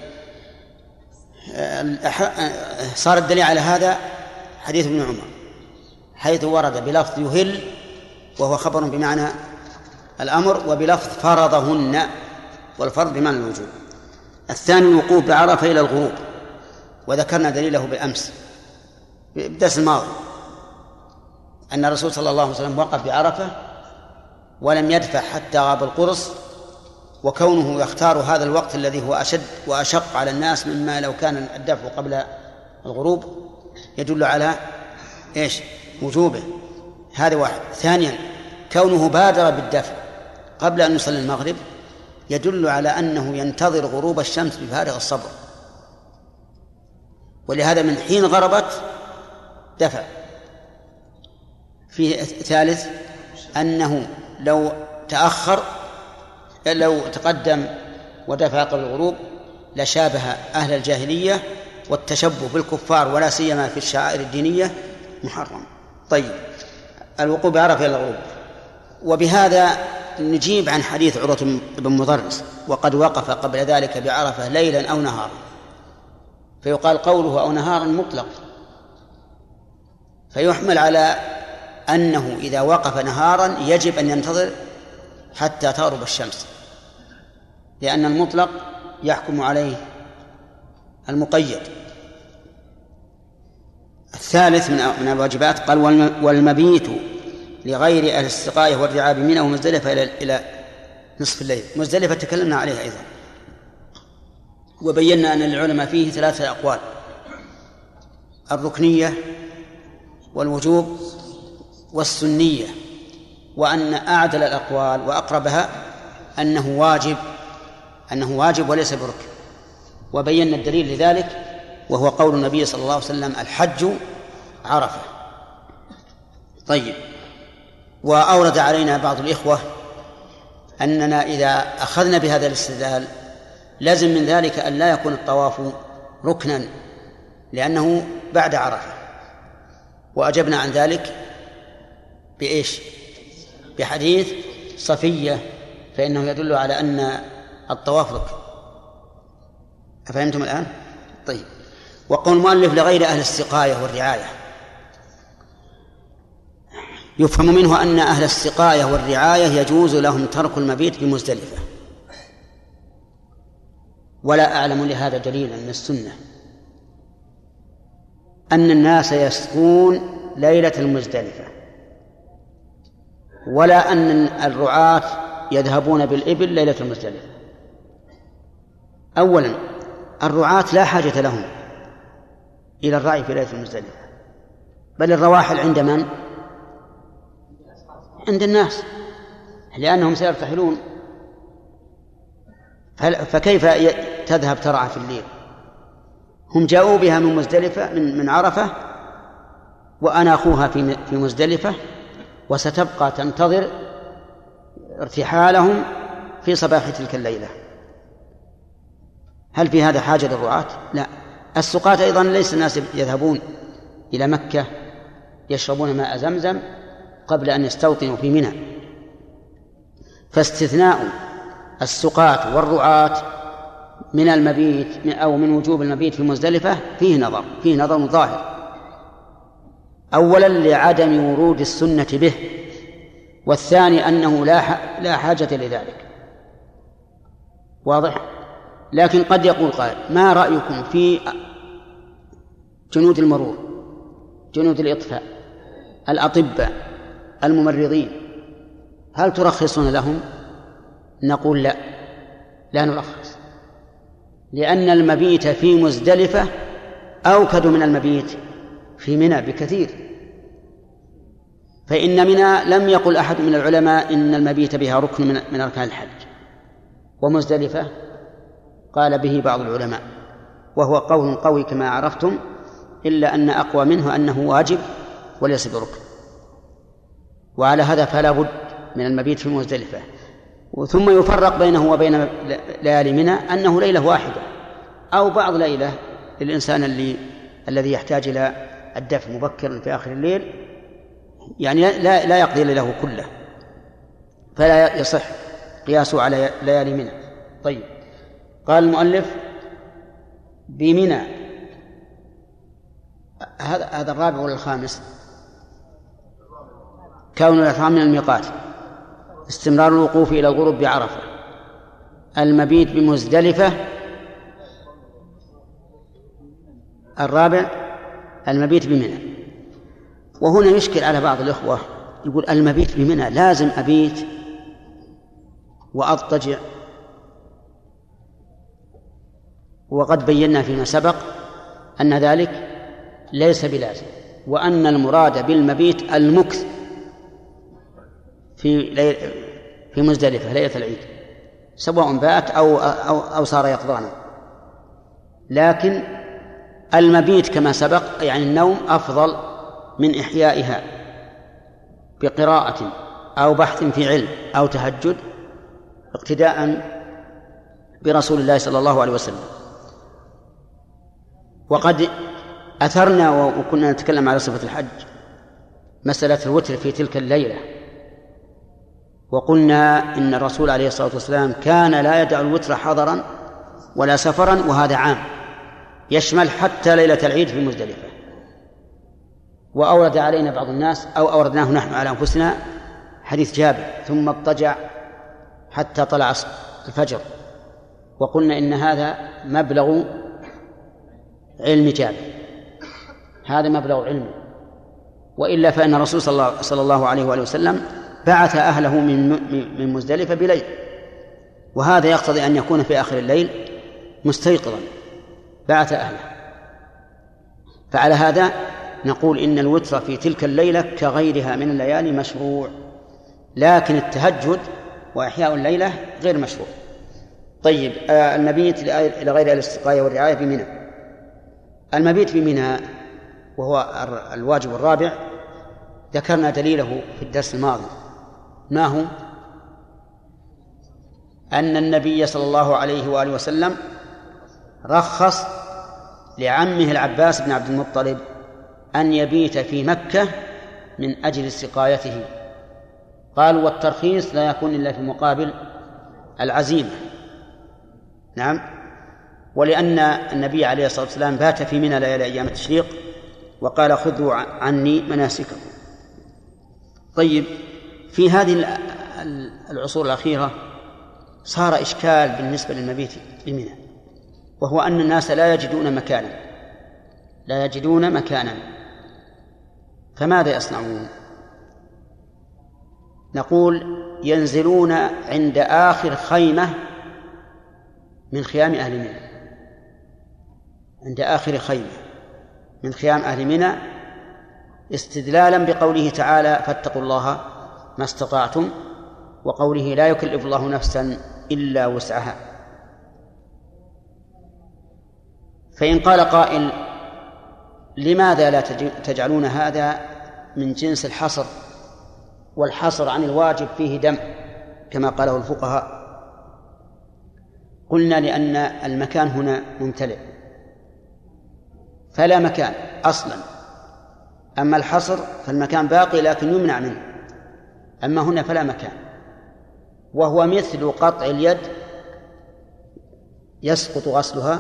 صار الدليل على هذا حديث ابن عمر حيث ورد بلفظ يهل وهو خبر بمعنى الأمر، وبلفظ فرضهن والفرض بمعنى الوجوب. الثاني الوقوف بعرفة إلى الغروب، وذكرنا دليله بالأمس بالدرس الماضي أن الرسول صلى الله عليه وسلم وقف بعرفة ولم يدفع حتى غاب القرص، وكونه يختار هذا الوقت الذي هو أشد وأشق على الناس مما لو كان الدفع قبل الغروب يدل على إيش؟ وجوبه. هذا واحد. ثانيا كونه بادر بالدفع قبل أن يصلي المغرب يدل على أنه ينتظر غروب الشمس بفارغ الصبر، ولهذا من حين غربت دفع. في ثالث أنه لو تأخر لو تقدم ودفع قبل الغروب لشابه أهل الجاهلية، والتشبه بالكفار ولا سيما في الشعائر الدينية محرم. طيب، الوقوف بعرفة إلى الغروب. وبهذا نجيب عن حديث عروة بن مضرس وقد وقف قبل ذلك بعرفة ليلا أو نهارا، فيقال قوله أو نهارا مطلق، فيحمل على أنه إذا وقف نهارا يجب أن ينتظر حتى تغرب الشمس، لأن المطلق يحكم عليه المقيد. الثالث من الواجبات قال والمبيت لغير أهل السقاية والرعاء بمنى ومزدلفة إلى نصف الليل. مزدلفة تكلمنا عليها أيضا، وبينا أن للعلماء فيه ثلاثة أقوال: الركنية والوجوب والسنية، وأن أعدل الأقوال وأقربها أنه واجب أنه واجب وليس بركن. وبينا الدليل لذلك وهو قول النبي صلى الله عليه وسلم الحج عرفة. طيب، وأورد علينا بعض الإخوة أننا إذا أخذنا بهذا الاستدلال لازم من ذلك أن لا يكون الطواف ركنا لأنه بعد عرفة، وأجبنا عن ذلك بإيش؟ بحديث صفية، فإنه يدل على أن الطواف لك. أفهمتم الآن؟ طيب. وقول المؤلف لغير أهل السقاية والرعاية، يفهم منه أن أهل السقاية والرعاية يجوز لهم ترك المبيت بمزدلفة، ولا أعلم لهذا دليلا من السنة أن الناس يسقون ليلة المزدلفة، ولا أن الرعاة يذهبون بالإبل ليلة المزدلفة. أولا الرعاة لا حاجة لهم إلى الرعي في ليلة المزدلفة، بل الرواحل عند من؟ عند الناس، لأنهم سيرتحلون، فكيف تذهب ترعى في الليل؟ هم جاءوا بها من مزدلفة من من عرفة وأناخوها في في مزدلفة، وستبقى تنتظر ارتحالهم في صباح تلك الليلة. هل في هذا حاجة للرعاة؟ لا. السقاة أيضا ليس الناس يذهبون إلى مكة يشربون ماء زمزم قبل أن يستوطنوا في منى، فاستثناء السقاة والرعاة من المبيت أو من وجوب المبيت في مزدلفة فيه نظر فيه نظر ظاهر. أولا لعدم ورود السنة به، والثاني أنه لا لا حاجة لذلك. واضح؟ لكن قد يقول قائل: ما رأيكم في جنود المرور، جنود الإطفاء، الأطباء، الممرضين، هل ترخصون لهم؟ نقول لا، لا نرخص، لأن المبيت في مزدلفة أوكد من المبيت في منى بكثير. فإن منى لم يقل أحد من العلماء إن المبيت بها ركن من أركان الحج، ومزدلفة قال به بعض العلماء، وهو قول قوي كما عرفتم، إلا أن أقوى منه أنه واجب وليس بركن. وعلى هذا فلا بد من المبيت في مزدلفة. ثم يفرق بينه وبين ليالي منى أنه ليلة واحدة أو بعض ليلة للإنسان اللي الذي يحتاج إلى الدفع مبكرا في آخر الليل، يعني لا لا يقضي له كله، فلا يصح قياسه على ليالي منى. طيب، قال المؤلف بمنى، هذا هذا الرابع ولا الخامس؟ كون الإحرام من الميقات، استمرار الوقوف إلى الغروب بعرفة، المبيت بمزدلفة. الرابع المبيت بمنى. وهنا يشكل على بعض الإخوة، يقول المبيت بمنى لازم أبيت وأضطجع، وقد بينا فيما سبق أن ذلك ليس بلازم، وأن المراد بالمبيت المكث في ليل في مزدلفة ليلة العيد، سواء بات أو أو أو صار يقظانا. لكن المبيت كما سبق يعني النوم أفضل من إحيائها بقراءة أو بحث في علم أو تهجد، اقتداء برسول الله صلى الله عليه وسلم. وقد أثرنا وكنا نتكلم على صفة الحج مسألة الوتر في تلك الليلة، وقلنا إن الرسول عليه الصلاة والسلام كان لا يدع الوتر حضرا ولا سفرا، وهذا عام يشمل حتى ليلة العيد في مزدلفة. وأورد علينا بعض الناس أو أوردناه نحن على أنفسنا حديث جابر: ثم اضطجع حتى طلع الفجر، وقلنا إن هذا مبلغ علم جابر، هذا مبلغ علمه، وإلا فإن الرسول صلى الله عليه وآله وسلم بعث أهله من من مزدلفة بليل، وهذا يقتضي أن يكون في آخر الليل مستيقظا، بعث أهله. فعلى هذا نقول إن الوتر في تلك الليلة كغيرها من الليالي مشروع، لكن التهجد وإحياء الليلة غير مشروع. طيب، المبيت لغير السقاية والرعاية بمنى. المبيت بمنى وهو الواجب الرابع ذكرنا دليله في الدرس الماضي، ما هو؟ أن النبي صلى الله عليه وآله وسلم رخص لعمه العباس بن عبد المطلب أن يبيت في مكة من أجل سقايته. قالوا والترخيص لا يكون إلا في مقابل العزيمة، نعم. ولأن النبي عليه الصلاة والسلام بات في منى ليالي أيام التشريق وقال خذوا عني مناسككم. طيب، في هذه العصور الأخيرة صار إشكال بالنسبة للمبيت بمنى، وهو أن الناس لا يجدون مكانا لا يجدون مكانا فماذا يصنعون؟ نقول ينزلون عند آخر خيمة من خيام أهل منى، عند آخر خيمة من خيام أهل منى، استدلالا بقوله تعالى فاتقوا الله ما استطعتم، وقوله لا يكلف الله نفسا إلا وسعها. فإن قال قائل لماذا لا تجعلون هذا من جنس الحصر، والحصر عن الواجب فيه دم كما قاله الفقهاء؟ قلنا لأن المكان هنا ممتلئ فلا مكان أصلا، أما الحصر فالمكان باقي لكن يمنع منه، أما هنا فلا مكان. وهو مثل قطع اليد يسقط غسلها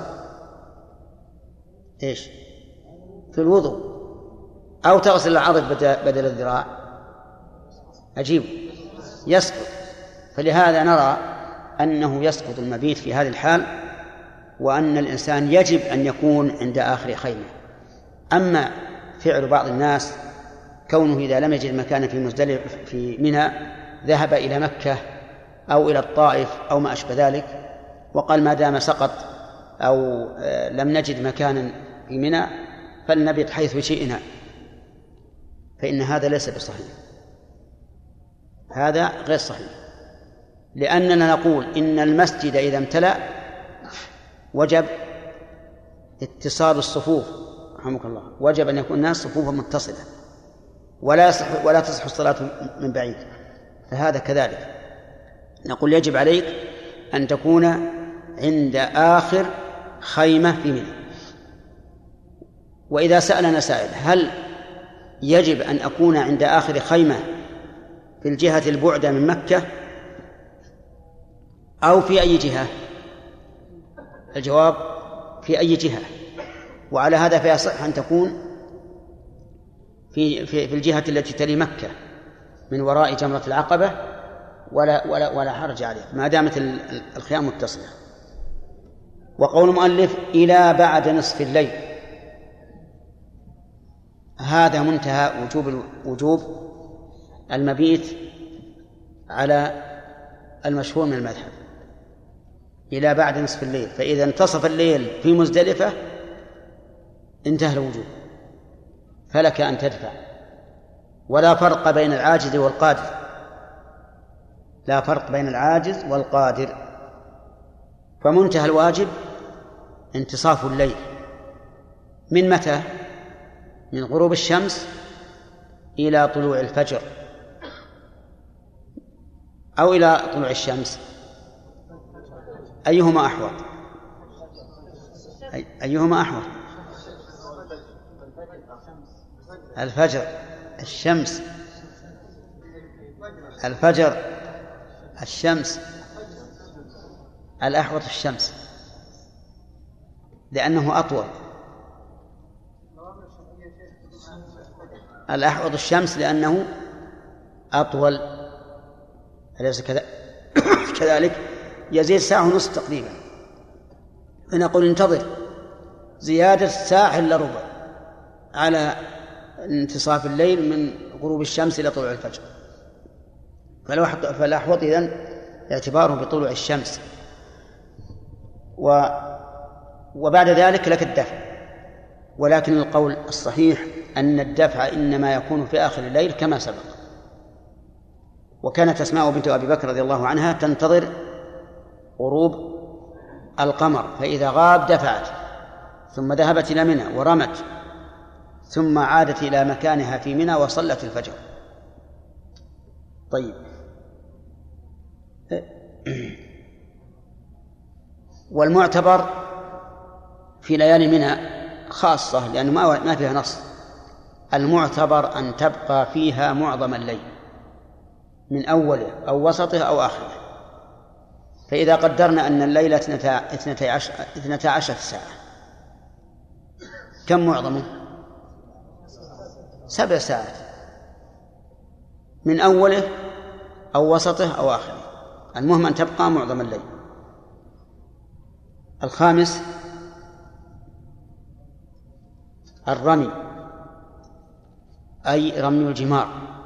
إيش في الوضوء، أو تغسل العضد بدل الذراع، عجيب يسقط. فلهذا نرى أنه يسقط المبيت في هذه الحال، وأن الإنسان يجب أن يكون عند آخر خيمة. أما فعل بعض الناس كونه إذا لم يجد مكانا في مزدلف في منى ذهب إلى مكة أو إلى الطائف أو ما أشبه ذلك، وقال ما دام سقط أو لم نجد مكانا في منى فلنبت حيث شئنا، فإن هذا ليس بصحيح، هذا غير صحيح. لأننا نقول إن المسجد إذا امتلأ وجب اتصال الصفوف، رحمك الله، وجب أن يكون الناس صفوفا متصلة، ولا يصح ولا تصح الصلاة من بعيد. فهذا كذلك نقول يجب عليك أن تكون عند آخر خيمة في منى. وإذا سألنا سائل هل يجب أن أكون عند آخر خيمة في الجهة البعدة من مكة أو في أي جهة؟ الجواب في أي جهة، وعلى هذا فيصح أن تكون في, في, في الجهة التي تلي مكة من وراء جمرة العقبة، ولا, ولا, ولا حرج عليه ما دامت الخيام متصلة. وقول المؤلف إلى بعد نصف الليل، هذا منتهى وجوب وجوب المبيت على المشهور من المذهب، إلى بعد نصف الليل. فإذا انتصف الليل في مزدلفة انتهى الوجوب، فلك أن تدفع، ولا فرق بين العاجز والقادر، لا فرق بين العاجز والقادر. فمنتهى الواجب انتصاف الليل من متى؟ من غروب الشمس إلى طلوع الفجر أو إلى طلوع الشمس، أيهما أحوط؟ أي أيهما أحوط؟ الفجر، الشمس، الفجر، الشمس، الأحوط الشمس لأنه أطول. الأحوط الشمس لأنه أطول، أليس كذلك؟ يزيد ساعة ونصف تقريبا، فنقول انتظر زيادة ساعة إلا ربع على انتصاف الليل من غروب الشمس إلى طلوع الفجر. فالأحوط إذن اعتباره بطلوع الشمس، و وبعد ذلك لك الدفع. ولكن القول الصحيح أن الدفع إنما يكون في آخر الليل كما سبق. وكانت أسماء بنت أبي بكر رضي الله عنها تنتظر غروب القمر، فإذا غاب دفعت، ثم ذهبت إلى منى ورمت، ثم عادت إلى مكانها في منى وصلت الفجر. طيب، والمعتبر في ليالي منى خاصة لأنه ما فيها نص، المعتبر أن تبقى فيها معظم الليل من أوله أو وسطه أو آخره، فإذا قدرنا أن الليلة اثنتا عشر ساعة، كم معظمه؟ سبع ساعات، من أوله أو وسطه أو آخره، المهم أن تبقى معظم الليل. الخامس الرمي، أي رمي الجمار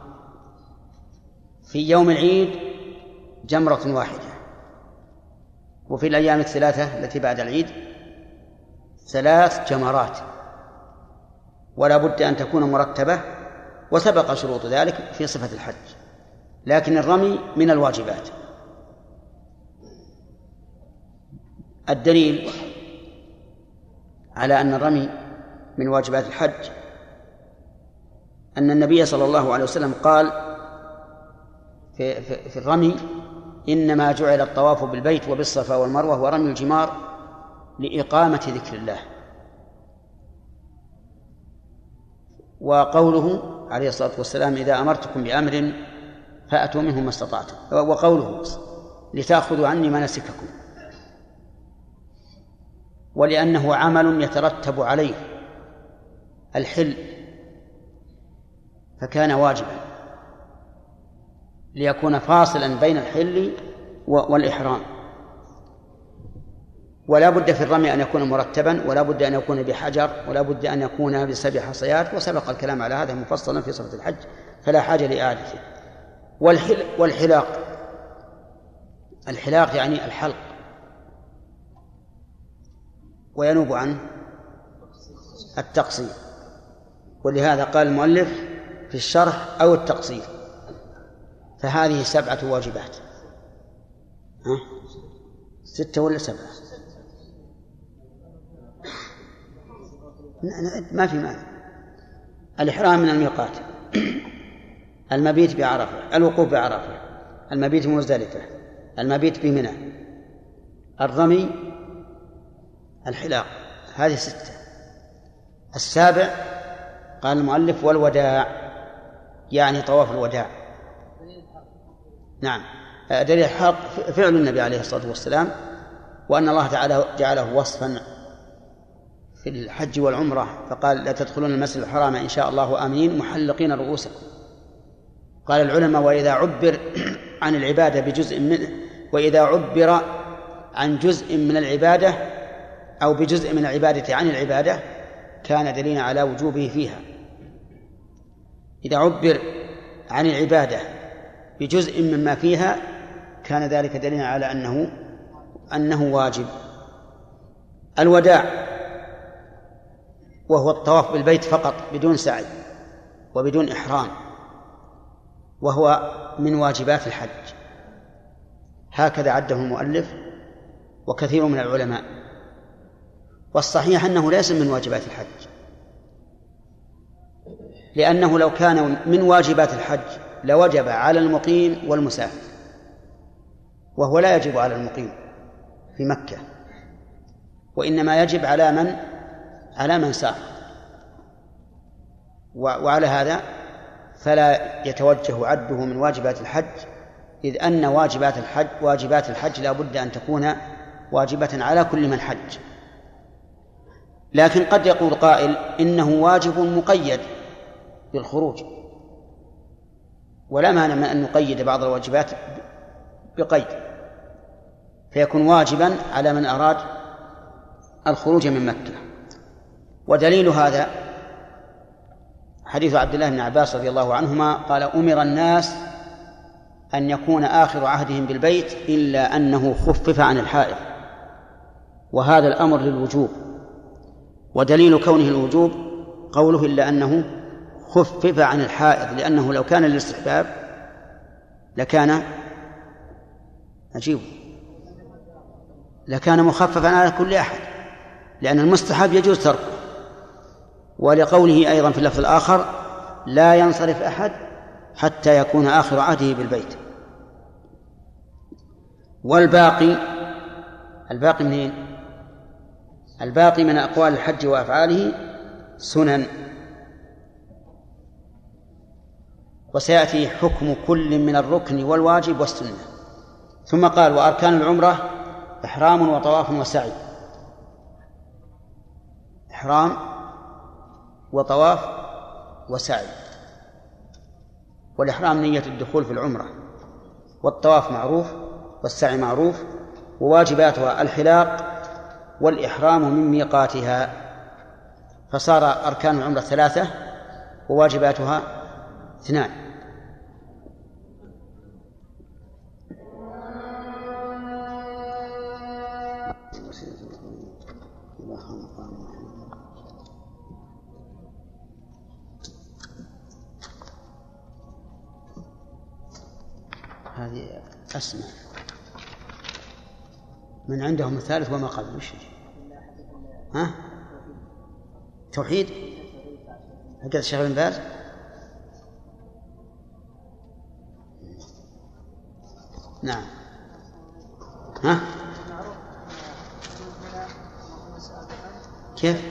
في يوم العيد جمرة واحدة، وفي الأيام الثلاثة التي بعد العيد ثلاث جمرات، ولا بد أن تكون مرتبة، وسبق شروط ذلك في صفة الحج، لكن الرمي من الواجبات. الدليل على أن الرمي من واجبات الحج أن النبي صلى الله عليه وسلم قال في, في, في الرمي: إنما جعل الطواف بالبيت وبالصفا والمروة ورمي الجمار لإقامة ذكر الله. وقوله عليه الصلاة والسلام: إذا أمرتكم بأمر فأتوا منه ما استطعتم، وقوله: لتأخذوا عني مناسككم، ولأنه عمل يترتب عليه الحل فكان واجبا ليكون فاصلا بين الحل والإحرام. ولا بد في الرمي أن يكون مرتبا، ولا بد أن يكون بحجر، ولا بد أن يكون بسبع حصيات، وسبق الكلام على هذا مفصلا في صفة الحج فلا حاجة لإعادته. والحل والحلاق، الحلاق يعني الحلق، وينوب عنه التقصير، ولهذا قال المؤلف في الشرح: أو التقصير. فهذه سبعة واجبات. ها؟ ستة ولا سبعة؟ ما في مانع. الإحرام من الميقات، المبيت بعرفة، الوقوف بعرفة، المبيت بمزدلفة، المبيت بمنى، الرمي، الحلاق، هذه ستة. السابع قال المؤلف: والوداع، يعني طواف الوداع. نعم، دليل الحق فعل النبي عليه الصلاة والسلام، وأن الله تعالى جعله وصفا في الحج والعمرة، فقال: لا تدخلون المسجد الحرام إن شاء الله آمنين محلقين رؤوسكم. قال العلماء: وإذا عبر عن العبادة بجزء منه، وإذا عبر عن جزء من العبادة أو بجزء من العبادة عن العبادة كان دليلا على وجوبه فيها. إذا عبر عن العبادة بجزء مما فيها كان ذلك دليلا على أنه أنه واجب. الوداع وهو الطواف بالبيت فقط بدون سعي وبدون إحرام، وهو من واجبات الحج، هكذا عده المؤلف وكثير من العلماء. والصحيح أنه ليس من واجبات الحج، لأنه لو كان من واجبات الحج لوجب على المقيم والمسافر، وهو لا يجب على المقيم في مكة، وإنما يجب على من على من سافر. وعلى هذا فلا يتوجه عده من واجبات الحج، إذ أن واجبات الحج واجبات الحج لا بد أن تكون واجبة على كل من حج. لكن قد يقول قائل: إنه واجب مقيد بالخروج، ولا مانع من أن نقيد بعض الواجبات بقيد فيكون واجبا على من أراد الخروج من مكة. ودليل هذا حديث عبد الله بن عباس رضي الله عنهما قال: أمر الناس أن يكون آخر عهدهم بالبيت إلا أنه خفف عن الحائض، وهذا الأمر للوجوب. ودليل كونه الوجوب قوله: إلا أنه خفف عن الحائض، لأنه لو كان للاستحباب لكان عجيب لكان مخففا على كل أحد، لأن المستحب يجوز تركه. ولقوله أيضا في اللفظ الآخر: لا ينصرف أحد حتى يكون آخر عهده بالبيت. والباقي الباقي منين؟ الباقي من أقوال الحج وأفعاله سنن. وسيأتي حكم كل من الركن والواجب والسنة، ثم قال وأركان العمرة إحرام وطواف وسعي. إحرام وطواف وسعي. والإحرام نية الدخول في العمرة، والطواف معروف، والسعي معروف، وواجباتها الحلاق والإحرام من ميقاتها، فصار أركان العمرة ثلاثة وواجباتها اثنان. هذه أسمع من عندهم الثالث وما قبل. وش ها؟ توحيد هكذا الشيخ بن باز. نعم. ها؟ كيف؟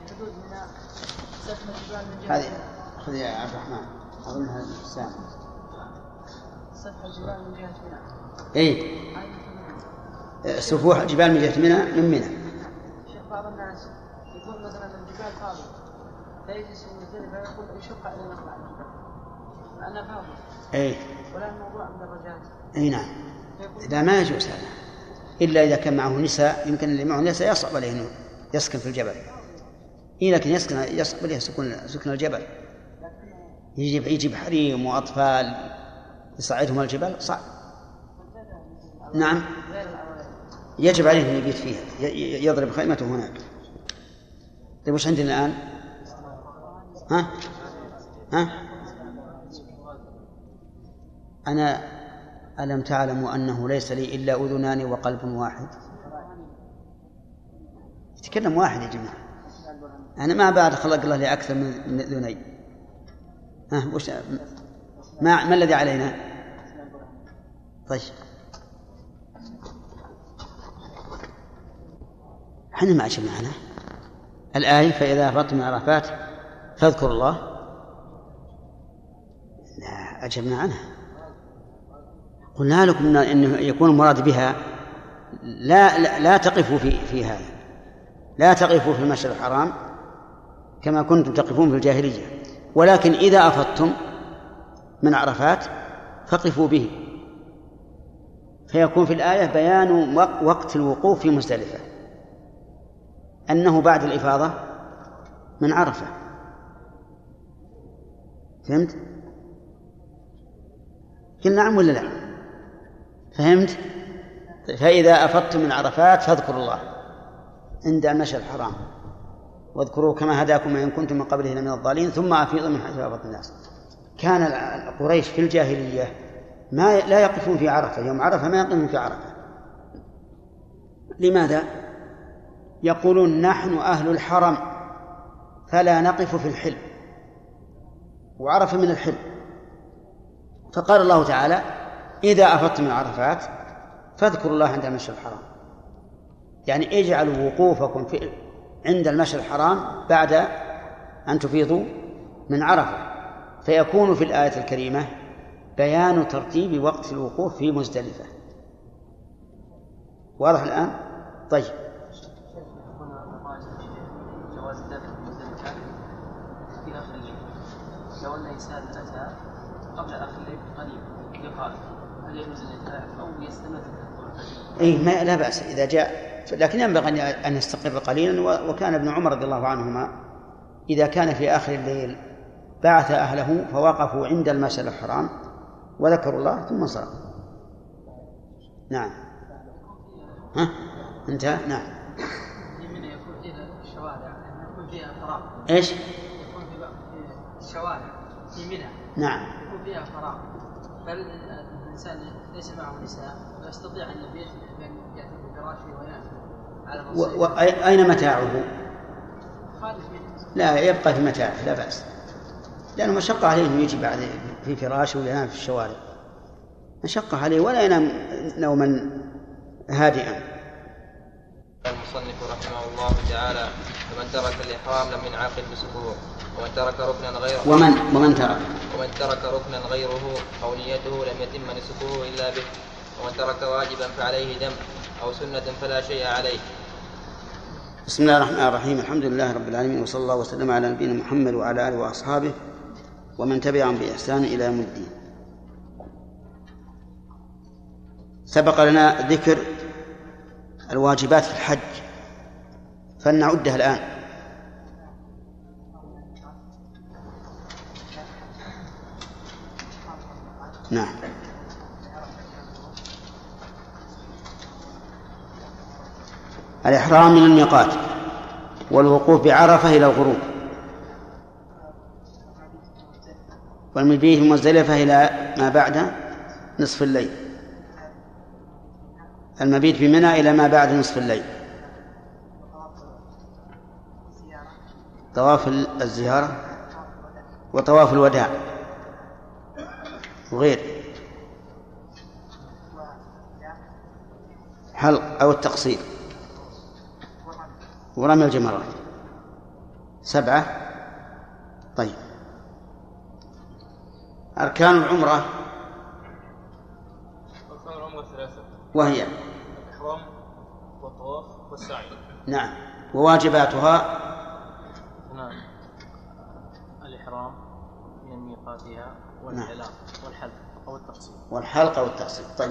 هذه خذ يا عبد الرحمن أظنها السامة. سفح الجبال من جهة منى. إيه. سفوح الجبال من جهة منى من منى. شيخ بعض الناس يقول مثلا الجبال فاضية فيجلس مزدلفة يقول يشق على نطلع الجبال لأنها فاضية. إيه. ولا الموضوع من درجات. إيه نعم. إذا ما يجوز هذا إلا إذا كان معه نساء، يمكن اللي معه نساء يصعب عليه إنه يسكن في الجبل. إيه لكن يسكن يصعب عليه سكن سكن الجبل. يجيب يجيب حريم وأطفال يصعدهم الجبال صعب. نعم. يجب عليه أن يبيت فيها، يضرب خيمته هناك. طيب وش عندنا الآن؟ ها؟ ها؟ أنا ألم تعلموا أنه ليس لي إلا أذنان وقلب واحد؟ يتكلم واحد يا جماعة. أنا ما بعد خلق الله لي أكثر من أذنين. ها وش ما ما الذي علينا؟ طيب احنا ما أجمعنا الآية فإذا أفضتم من عرفات فاذكروا الله. لا أجبنا عنها. قلنا لكم إن يكون المراد بها لا لا, لا تقفوا في في هذا، لا تقفوا في المشعر الحرام كما كنتم تقفون في الجاهلية، ولكن إذا أفضتم من عرفات فقفوا به. فيكون في الآية بيان وقت الوقوف في مزدلفة، أنه بعد الإفاضة من عرفة. فهمت؟ قلنا نعم ولا لا؟ فهمت؟ فإذا أفضتم من عرفات فاذكروا الله عند المشعر الحرام واذكروا كما هداكم إن كنتم من قبله من الضالين ثم أفيضوا من حيث أفاض الناس. كان قريش في الجاهلية ما لا يقفون في عرفة، يوم عرفة ما يقفون في عرفة. لماذا؟ يقولون نحن أهل الحرم فلا نقف في الحل، وعرفة من الحل. فقال الله تعالى إذا أفضتم من عرفات فاذكروا الله عند المشعر الحرام، يعني اجعلوا وقوفكم في عند المشعر الحرام بعد أن تفيضوا من عرفة. فيكون في الآية الكريمة بيان ترتيب وقت الوقوف في مزدلفة. واضح الآن؟ طيب. جواز الدفع في مزدلفة في آخر الليل، لو أن إنسان أتى قبل آخر الليل قليل يقال هل يجوز أن يتلاعب أو يستمر؟ إيه ما لا بأس إذا جاء، لكن ينبغي أن يستقر قليلا. وكان ابن عمر رضي الله عنهما إذا كان في آخر الليل بعث أهله فوقفوا عند المشعر الحرام وذكروا الله ثم انصرفوا. نعم. ها انتهى. نعم. يمين يكون إذا الشوارع يكون فيها فراغ. إيش؟ يكون في الشوارع في منى. نعم. يكون فيها فراغ، بل الإنسان ليس معه نساء ويستطيع أن يبيت يأتي بفراشه وينام على الرصيف. وأين متاعه؟ خارج منه. لا يبقى في متاعه لا بأس، لأنه مشقة عليه أنه يجي بعد في فراشه وينام في الشوارع، مشقة عليه ولا ينام نوما هادئا. المصنف رحمه الله تعالى فمن ترك الإحرام لم ينعقد بسفوه، ومن ترك ركنا غيره ومن ومن ترك ومن ترك ركنا غيره أو نيته لم يتم نسكه إلا به، ومن ترك واجبا فعليه دم أو سنة فلا شيء عليه. بسم الله الرحمن الرحيم. الحمد لله رب العالمين، وصلى الله وسلم على نبينا محمد وعلى آله وأصحابه ومن تبعهم بإحسان إلى يوم الدين. سبق لنا ذكر الواجبات في الحج، فلنعدها الآن. نعم. الإحرام من الميقات، والوقوف بعرفة إلى الغروب، والمبيت من مزدلفة إلى ما بعد نصف الليل، المبيت بمنى إلى ما بعد نصف الليل، طواف الزيارة وطواف الوداع وغير حلق أو التقصير ورمي الجمرات. سبعة. طيب، أركان العمرة أركان العمرة ثلاثة، وهي الإحرام والطواف والسعي. نعم. وواجباتها نعم الإحرام من ميقاتها والإعلام والحلق أو التقصير والحلق أو التقصير. طيب،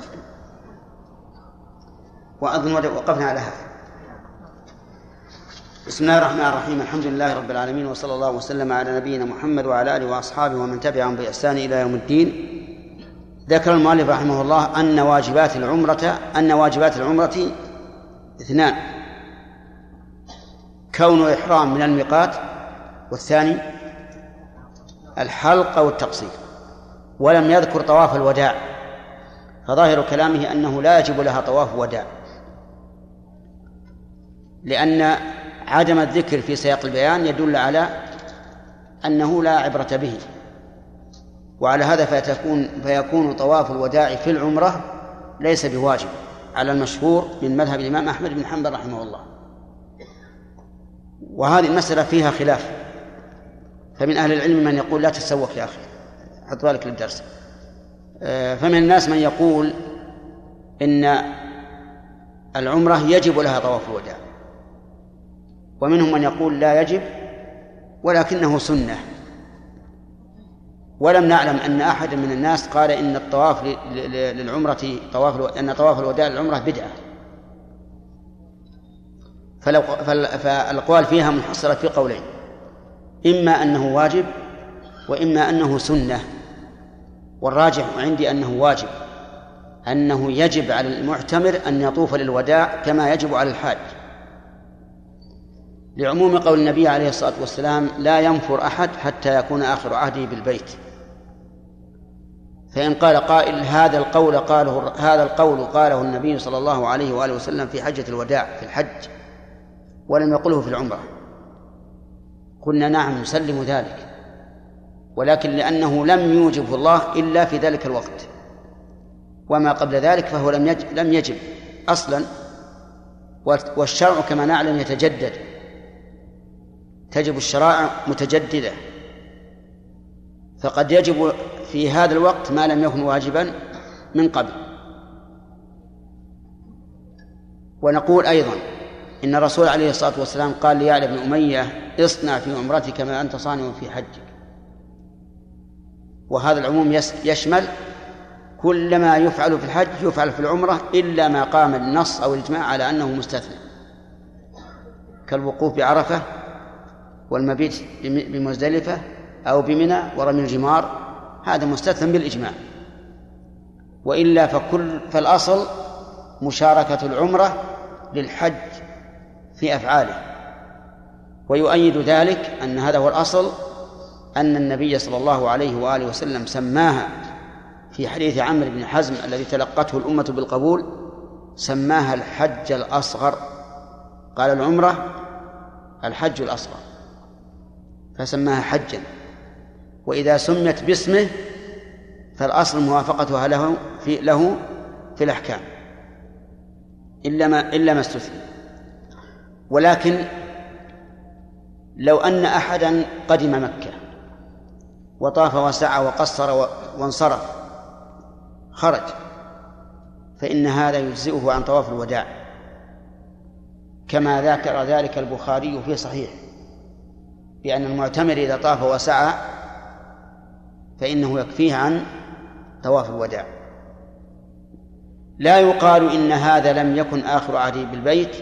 وأظن وقفنا على هذا. بسم الله الرحمن الرحيم. الحمد لله رب العالمين، وصلى الله وسلم على نبينا محمد وعلى آله وأصحابه ومن تبعهم بإحسان إلى يوم الدين. ذكر المؤلف رحمه الله أن واجبات العمرة أن واجبات العمرة اثنان: كون إحرام من الميقات، والثاني الحلق أو التقصير. ولم يذكر طواف الوداع، فظاهر كلامه أنه لا يجب لها طواف وداع، لأن عدم الذكر في سياق البيان يدل على أنه لا عبرة به، وعلى هذا فيكون, فيكون طواف الوداع في العمرة ليس بواجب على المشهور من مذهب الإمام أحمد بن حنبل رحمه الله. وهذه المسألة فيها خلاف، فمن أهل العلم من يقول لا تتسوق يا أخي، حط بالك للدرس. فمن الناس من يقول إن العمرة يجب لها طواف الوداع، ومنهم من يقول لا يجب ولكنه سنة. ولم نعلم أن أحد من الناس قال إن الطواف للعمرة طواف أن طواف الوداع للعمرة بدعة. فلو فالأقوال فيها منحصرة في قولين: إما أنه واجب وإما أنه سنة. والراجح عندي أنه واجب، أنه يجب على المعتمر أن يطوف للوداع كما يجب على الحاج، لعموم قول النبي عليه الصلاة والسلام: لا ينفر أحد حتى يكون آخر عهده بالبيت. فإن قال قائل: هذا القول قاله هذا القول قاله النبي صلى الله عليه وآله وسلم في حجة الوداع في الحج ولم يقله في العمرة، قلنا: نعم نسلم ذلك، ولكن لأنه لم يوجبه الله إلا في ذلك الوقت، وما قبل ذلك فهو لم يجب, لم يجب أصلا. والشرع كما نعلم يتجدد، تجب الشرائع متجددة، فقد يجب في هذا الوقت ما لم يكن واجبا من قبل. ونقول أيضا إن الرسول عليه الصلاة والسلام قال ليعلى بن أمية: اصنع في عمرتك ما أنت صانع في حجك. وهذا العموم يشمل كل ما يفعل في الحج يفعل في العمرة إلا ما قام النص أو الإجماع على أنه مستثنى، كالوقوف بعرفة والمبيت بمزدلفة أو بمنى ورمي الجمار، هذا مستثنى بالإجماع. وإلا فكل فالأصل مشاركة العمرة للحج في أفعاله. ويؤيد ذلك أن هذا هو الأصل، أن النبي صلى الله عليه وآله وسلم سماها في حديث عمرو بن حزم الذي تلقته الأمة بالقبول، سماها الحج الأصغر، قال العمرة الحج الأصغر فسماها حجا. وإذا سميت باسمه فالأصل موافقتها له في, له في الأحكام إلا ما, إلا ما استثنى. ولكن لو أن أحدا قدم مكة وطاف وسعى وقصر وانصرف خرج فإن هذا يجزئه عن طواف الوداع، كما ذكر ذلك البخاري في صحيح بأن المعتمر إذا طاف وسعى فإنه يكفيه عن طواف الوداع. لا يقال إن هذا لم يكن آخر عهده بالبيت،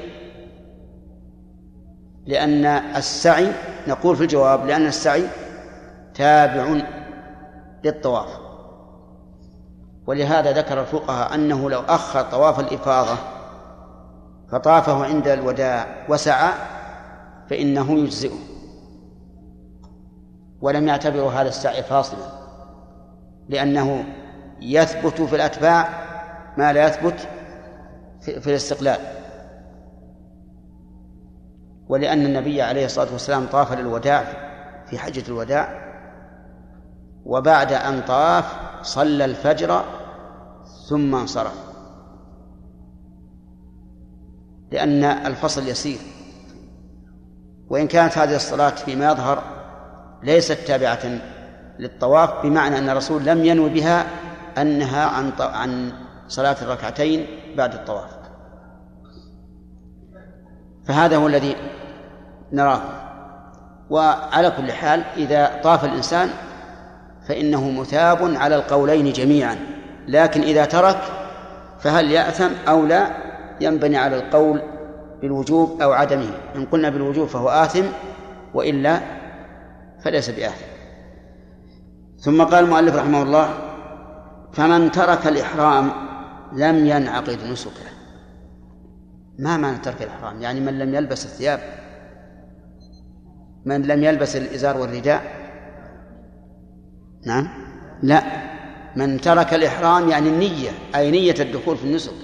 لأن السعي، نقول في الجواب لأن السعي تابع للطواف، ولهذا ذكر الفقهاء أنه لو أخر طواف الإفاضة فطافه عند الوداع وسعى فإنه يجزئه، ولم يعتبروا هذا السعي فاصلا، لأنه يثبت في الأتباع ما لا يثبت في الاستقلال. ولأن النبي عليه الصلاة والسلام طاف للوداع في حجة الوداع، وبعد أن طاف صلى الفجر ثم انصرف، لأن الفصل يسير، وإن كانت هذه الصلاة فيما يظهر ليست تابعة للطواف، بمعنى أن الرسول لم ينوي بها أنها عن عن صلاة الركعتين بعد الطواف. فهذا هو الذي نراه. وعلى كل حال إذا طاف الإنسان فإنه مثاب على القولين جميعا، لكن إذا ترك فهل يأثم أو لا ينبني على القول بالوجوب أو عدمه. إن قلنا بالوجوب فهو آثم، وإلا فليس بآثم. ثم قال المؤلف رحمه الله: فمن ترك الإحرام لم ينعقد نسكه. ما معنى ترك الإحرام؟ يعني من لم يلبس الثياب، من لم يلبس الإزار والرداء؟ نعم، لا، من ترك الإحرام يعني النية، أي نية الدخول في النسك،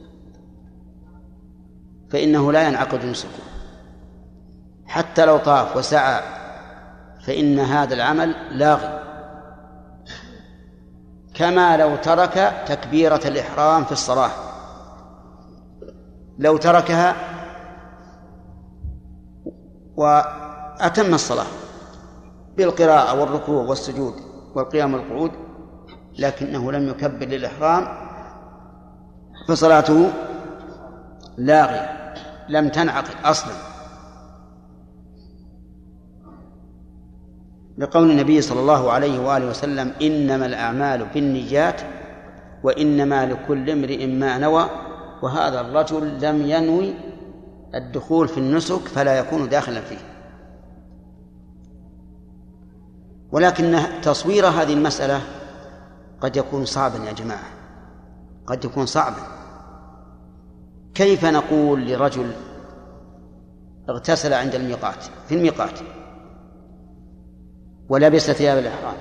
فإنه لا ينعقد نسكه حتى لو طاف وسعى، فإن هذا العمل لاغي، كما لو ترك تكبيرة الإحرام في الصلاة. لو تركها وأتم الصلاة بالقراءة والركوع والسجود والقيام والقعود، لكنه لم يكبر للإحرام، فصلاته لاغية لم تنعقد أصلا، لقول النبي صلى الله عليه وآله وسلم: إنما الأعمال بالنيات وإنما لكل امرئ ما نوى. وهذا الرجل لم ينوي الدخول في النسك فلا يكون داخلا فيه. ولكن تصوير هذه المسألة قد يكون صعبا يا جماعة، قد يكون صعبا. كيف نقول لرجل اغتسل عند الميقات في الميقات ولبس ثياب الإحرام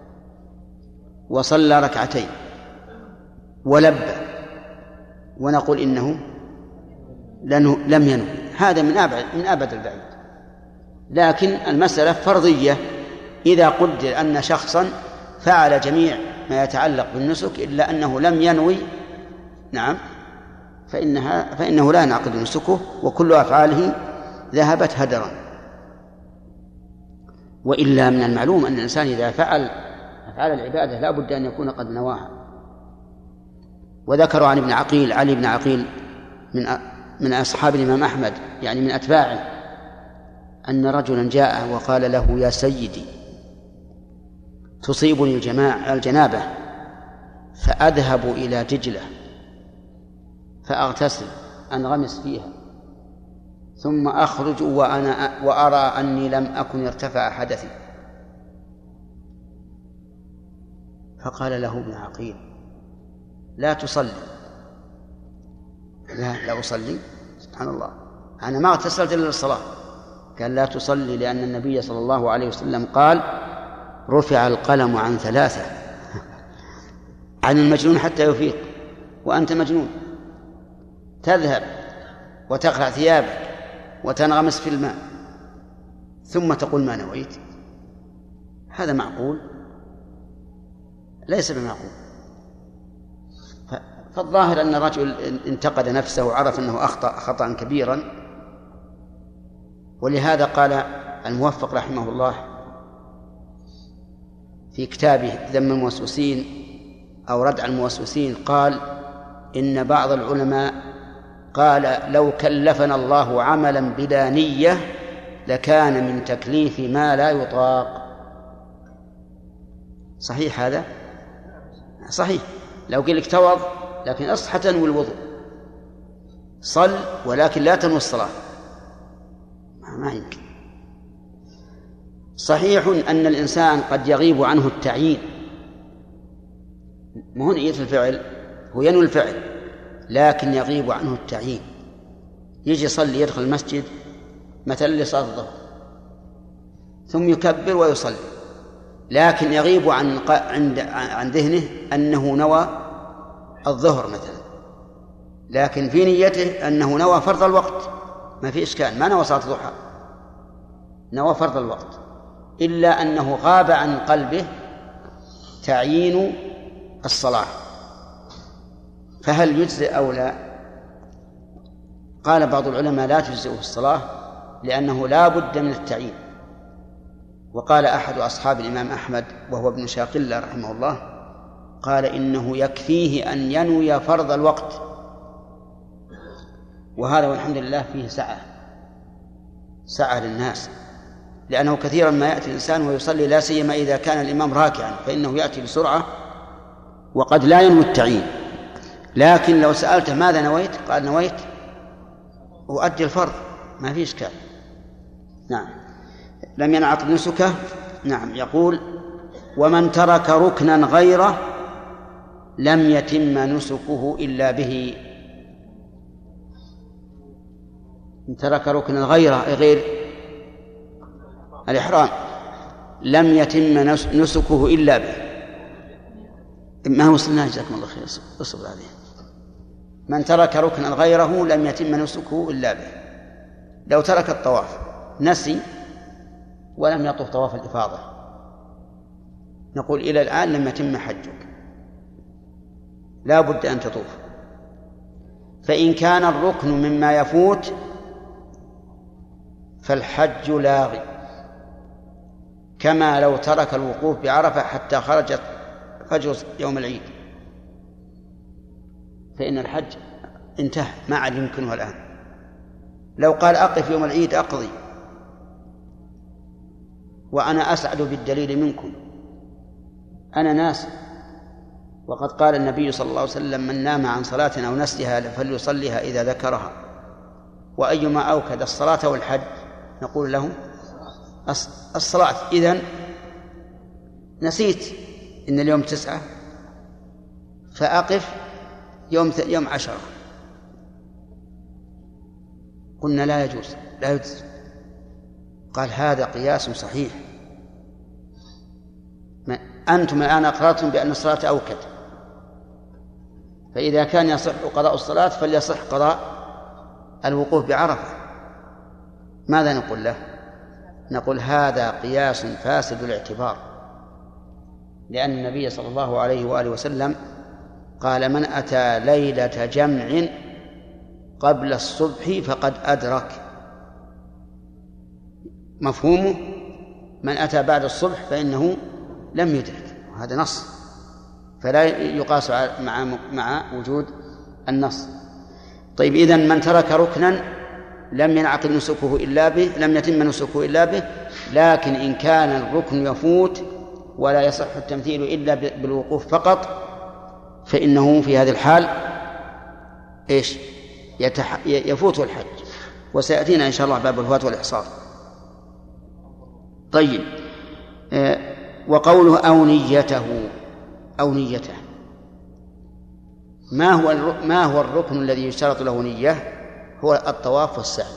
وصلى ركعتين ولبى، ونقول إنه لم ينوي؟ هذا من أبعد من أبعد البعيد. لكن المسألة فرضية، إذا قدر أن شخصا فعل جميع ما يتعلق بالنسك إلا أنه لم ينوي، نعم، فإنها فإنه لا ينعقد نسكه، وكل أفعاله ذهبت هدرا. وإلا من المعلوم أن الإنسان إذا فعل أفعال العبادة لا بد أن يكون قد نواها. وذكروا عن ابن عقيل، علي بن عقيل من من أصحاب الإمام أحمد، يعني من أتباعه، أن رجلا جاء وقال له: يا سيدي، تصيبني الجماعة الجنابة فأذهب إلى دجلة فأغتسل أنغمس فيها ثم أخرج وأنا وأرى أني لم أكن ارتفع حدثي. فقال له ابن عقيل: لا تصلي. لا لا أصلي؟ سبحان الله، أنا ما اغتسلت إلا للصلاة. قال: لا تصلي، لأن النبي صلى الله عليه وسلم قال: رفع القلم عن ثلاثة، عن المجنون حتى يفيق، وأنت مجنون، تذهب وتخلع ثيابك وتنغمس في الماء ثم تقول ما نويت؟ هذا معقول؟ ليس بمعقول. فالظاهر أن الرجل انتقد نفسه وعرف أنه أخطأ خطأ كبيرا، ولهذا قال الموفق رحمه الله في كتابه ذم الموسوسين أو ردع الموسوسين، قال: إن بعض العلماء قال لو كلفنا الله عملا بلا نية لكان من تكليف ما لا يطاق. صحيح هذا؟ صحيح. لو قيل لك توض لكن أصح تنوي الوضوء، صل ولكن لا تنوي الصلاة، ما يمكن. صحيح أن الإنسان قد يغيب عنه التعيين، ما هو نية الفعل، هو ينوي الفعل لكن يغيب عنه التعيين. يجي يصلي يدخل المسجد مثلا لصلاة الظهر ثم يكبر ويصلي، لكن يغيب عن عند عن ذهنه أنه نوى الظهر مثلا، لكن في نيته أنه نوى فرض الوقت، ما في إشكال، ما نوى صلاة الضحى، نوى فرض الوقت، إلا أنه غاب عن قلبه تعيين الصلاة، فهل يجزئ أو لا؟ قال بعض العلماء لا تجزئه الصلاة لأنه لا بد من التعيين. وقال أحد أصحاب الإمام أحمد وهو ابن شاقلة رحمه الله قال إنه يكفيه أن ينوي فرض الوقت، وهذا والحمد لله فيه سعة سعة للناس، لأنه كثيرا ما يأتي الإنسان ويصلي لا سيما إذا كان الإمام راكعا فإنه يأتي بسرعة وقد لا ينوي التعيين. لكن لو سألته ماذا نويت قال نويت أؤدي الفرض، ما في إشكال. نعم. لم ينعقد نسكه. نعم. يقول ومن ترك ركنا غيره لم يتم نسكه إلا به. من ترك ركنا غيره غير الإحرام لم يتم نسكه إلا به. ما وصلنا جزاكم الله خير، اصبر عليه. من ترك ركنا غيره لم يتم نسكه إلا به. لو ترك الطواف نسي ولم يطوف طواف الإفاضة نقول إلى الآن لم يتم حجك، لا بد أن تطوف. فإن كان الركن مما يفوت فالحج لاغي، كما لو ترك الوقوف بعرفة حتى خرجت فجر يوم العيد، فإن الحج انتهى ما عاد يمكنه الآن. لو قال أقف يوم العيد أقضي وأنا أسعد بالدليل منكم، أنا ناس، وقد قال النبي صلى الله عليه وسلم من نام عن صلاة أو نسيها فليصليها إذا ذكرها، وأيما أوكد الصلاة والحج نقول له الصلاة. إذن نسيت إن اليوم تسعة فأقف يوم يوم عشرة، قلنا لا يجوز لا يجوز. قال هذا قياس صحيح، أنتم الآن أقررتم بأن الصلاة أوكد، فإذا كان يصح قضاء الصلاة فليصح قضاء الوقوف بعرفة. ماذا نقول له؟ نقول هذا قياس فاسد الاعتبار، لأن النبي صلى الله عليه وآله وسلم قال من أتى ليلة جمع قبل الصبح فقد أدرك. مفهومه من أتى بعد الصبح فإنه لم يدرك، وهذا نص، فلا يقاس مع مع وجود النص. طيب إذن من ترك ركنا لم ينعقد نسكه إلا به، لم يتم نسكه إلا به، لكن إن كان الركن يفوت ولا يصح التمثيل إلا بالوقوف فقط فإنه في هذه الحال إيش يتح... يفوت الحج، وسيأتينا إن شاء الله باب الفوات والإحصار. طيب آه وقوله أو نيته أو نيته، ما هو الر... ما هو الركن الذي يشترط له نية؟ هو الطواف والسعي،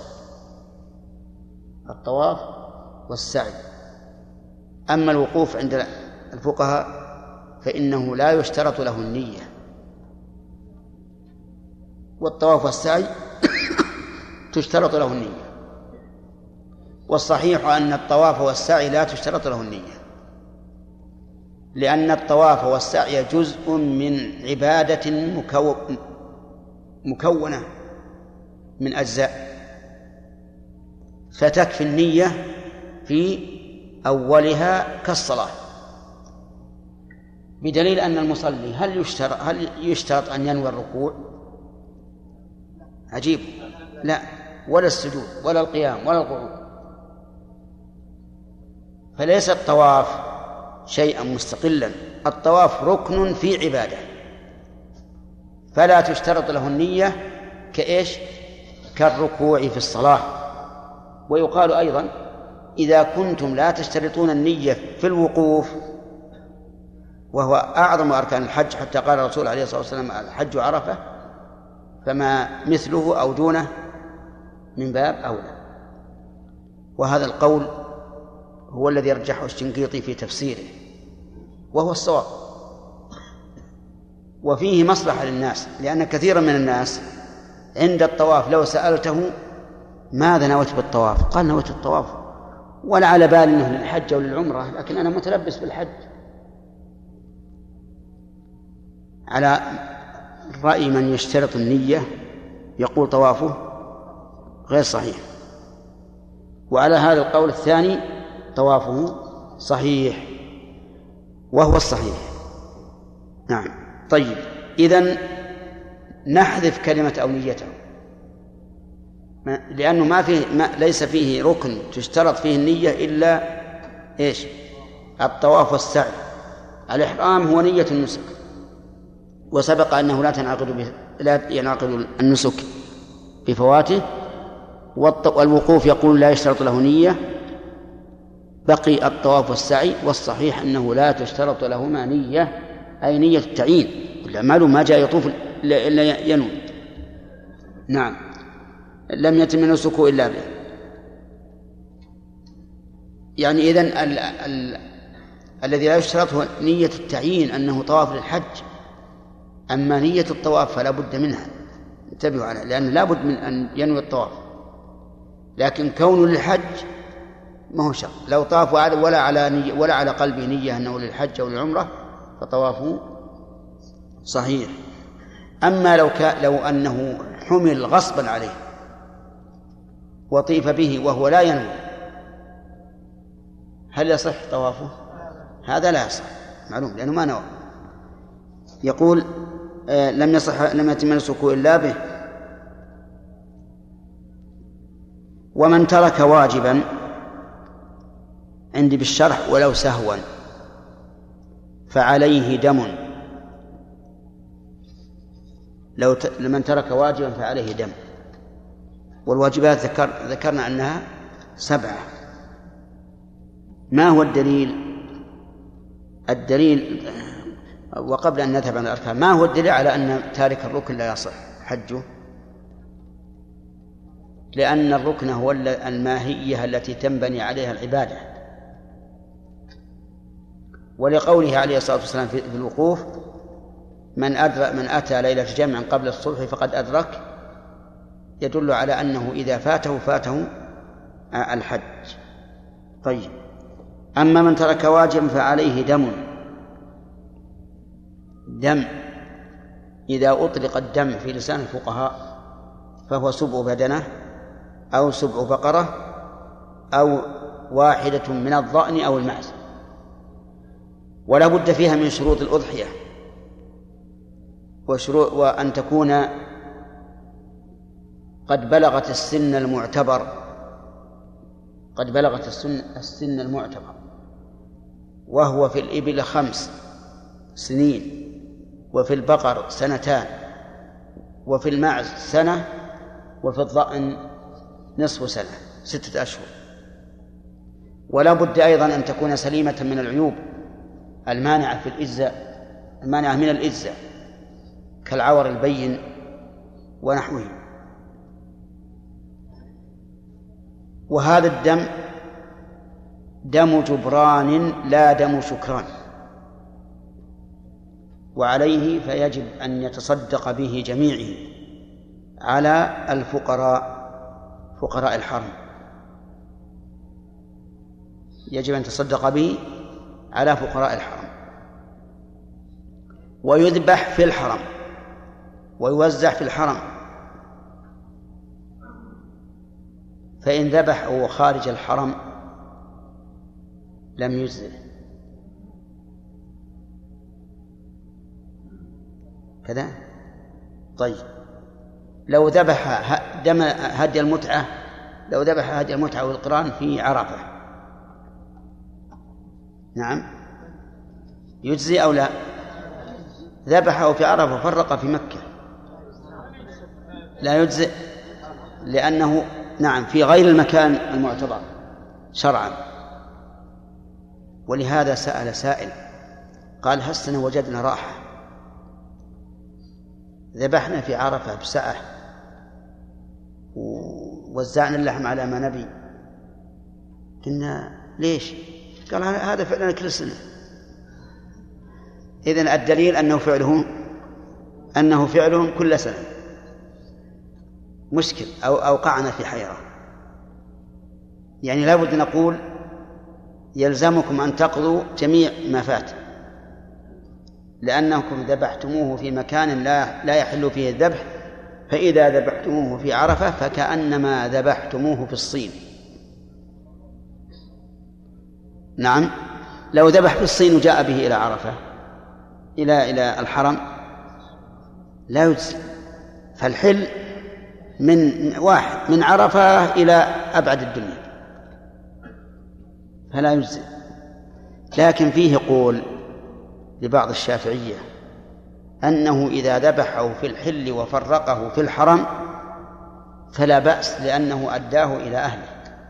الطواف والسعي. أما الوقوف عند الفقهاء فإنه لا يشترط له النية، والطواف والسعي تشترط له النية. والصحيح أن الطواف والسعي لا تشترط له النية، لأن الطواف والسعي جزء من عبادة مكو... مكونة من أجزاء، فتكفي النية في أولها كالصلاة، بدليل أن المصلي هل يشترط هل يشترط أن ينوي الركوع؟ عجيب، لا، ولا السجود ولا القيام ولا القعود. فليس الطواف شيئا مستقلا، الطواف ركن في عبادة، فلا تشترط له النية كإيش؟ كالركوع في الصلاة. ويقال أيضا إذا كنتم لا تشترطون النية في الوقوف، وهو أعظم أركان الحج، حتى قال الرسول عليه الصلاة والسلام الحج عرفة، فما مثله أو دونه من باب أولى. وهذا القول هو الذي يرجحه الشنقيطي في تفسيره، وهو الصواب، وفيه مصلحة للناس، لأن كثيرا من الناس عند الطواف لو سألته ماذا نويت بالطواف؟ قال نويت الطواف، ولا على بال أنه للحج أو للعمرة، لكن أنا متلبس بالحج. على رأي من يشترط النية يقول طوافه غير صحيح، وعلى هذا القول الثاني طوافه صحيح، وهو الصحيح. نعم. طيب، إذن نحذف كلمة أو نيته، لأنه ما فيه ما ليس فيه ركن تشترط فيه النية إلا إيش؟ الطواف والسعي. الإحرام هو نية النسك، وسبق أنه لا تنعقد لا ينعقد النسك بفواته، والوقوف يقول لا يشترط له نية، بقي الطواف والسعي، والصحيح أنه لا تشترط لهما نية، أي نية التعيين، الأعمال ما جاء يطوف إلا ينوي. نعم، لم يتم نسكه إلا به. يعني إذن ال ال الذي لا يشترط هو نية التعيين أنه طواف للحج، أما نية الطواف فلا بد منها، انتبهوا عليها، لأن لا بد من أن ينوي الطواف، لكن كونه للحج ما هو شرط. لو طاف ولا على نية ولا على قلبه نية أنه للحج أو للعمرة فطوافه صحيح. أما لو كان لو أنه حمل غصبا عليه وطيف به وهو لا ينوي، هل يصح طوافه؟ هذا لا يصح، معلوم، لأنه ما نوى. يقول آه لم يصح لم يتم نسكه إلا به. ومن ترك واجبا عندي بالشرح ولو سهوا فعليه دم. لو ت... لمن ترك واجبا فعليه دم. والواجبات ذكر... ذكرنا أنها سبعة. ما هو الدليل؟ الدليل، وقبل أن نذهب عن الأركان، ما هو الدليل على أن تارك الركن لا يصح حجه؟ لأن الركن هو الماهية التي تنبني عليها العبادة، ولقوله عليه الصلاة والسلام في الوقوف من أدرك من أتى ليلة جمع قبل الصبح فقد أدرك، يدل على أنه إذا فاته فاته الحج. طيب، أما من ترك واجبا فعليه دم. دم إذا أطلق الدم في لسان الفقهاء فهو سبع بدنة أو سبع بقرة أو واحدة من الضأن أو المعز، ولا بد فيها من شروط الأضحية، وشروط وأن تكون قد بلغت السن المعتبر قد بلغت السن السن المعتبر وهو في الإبل خمس سنين، وفي البقر سنتان، وفي المعز سنة، وفي الضأن نصف سنة، ستة أشهر. ولا بد أيضا أن تكون سليمة من العيوب المانعة في الإجزاء المانعة من الإجزاء كالعور البين ونحوه. وهذا الدم دم جبران لا دم شكران، وعليه فيجب أن يتصدق به جميعه على الفقراء فقراء الحرم، يجب أن يتصدق به على فقراء الحرم، ويذبح في الحرم ويوزع في الحرم. فإن ذبح وهو خارج الحرم لم يجزه، كذا. طيب لو ذبح دم هدي المتعة لو ذبح هدي المتعة والقران في عرفة، نعم، يجزي أو لا؟ ذبحه في عرفة وفرق في مكة لا يجزئ، لأنه نعم في غير المكان المعتبر شرعا. ولهذا سأل سائل قال: هسنا وجدنا راحة، ذبحنا في عرفة بساعة ووزعنا اللحم على ما نبي، قلنا ليش؟ قال: هذا فعلنا كل سنة. إذن الدليل أنه فعله أنه فعلهم كل سنة. مشكل أو أوقعنا في حيرة. يعني لا بد نقول يلزمكم أن تقضوا جميع ما فات، لأنكم ذبحتموه في مكان لا لا يحل فيه الذبح، فإذا ذبحتموه في عرفة فكأنما ذبحتموه في الصين. نعم، لو ذبح في الصين وجاء به إلى عرفة إلى إلى الحرم لا يجزي. فالحل من واحد من عرفة إلى أبعد الدنيا فلا يجزي. لكن فيه قول لبعض الشافعية أنه إذا ذبحه في الحل وفرقه في الحرم فلا بأس، لأنه أداه إلى أهله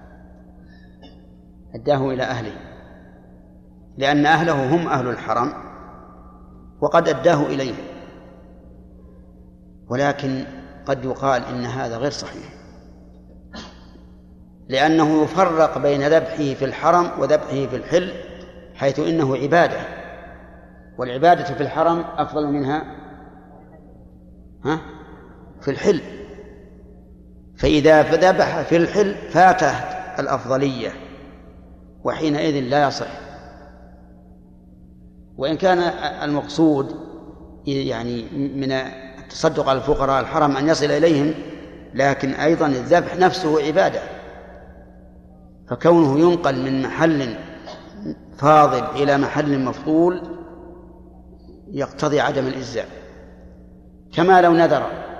أداه إلى أهله لأن أهله هم أهل الحرم وقد أداه إليه. ولكن قد يقال إن هذا غير صحيح، لأنه يفرق بين ذبحه في الحرم وذبحه في الحل، حيث إنه عبادة، والعبادة في الحرم أفضل منها ها في الحل. فإذا ذبح في الحل فاته الأفضلية، وحينئذ لا يصح. وإن كان المقصود يعني من التصدق على الفقراء الحرم أن يصل إليهم، لكن أيضا الذبح نفسه عبادة، فكونه ينقل من محل فاضل إلى محل مفضول يقتضي عدم الإجزاء. كما لو نذر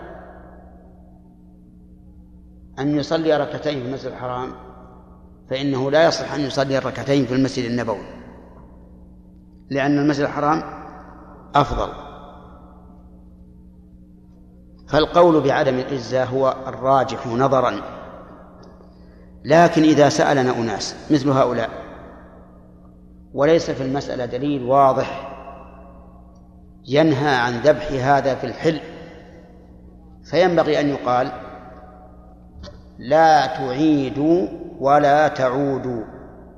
أن يصلي ركعتين في المسجد الحرام فإنه لا يصح أن يصلي الركعتين في المسجد النبوي، لأن المسجد الحرام أفضل. فالقول بعدم الإجزاء هو الراجح نظرا. لكن إذا سألنا أناس مثل هؤلاء وليس في المسألة دليل واضح ينهى عن ذبح هذا في الحل، فينبغي أن يقال: لا تعيدوا ولا تعودوا.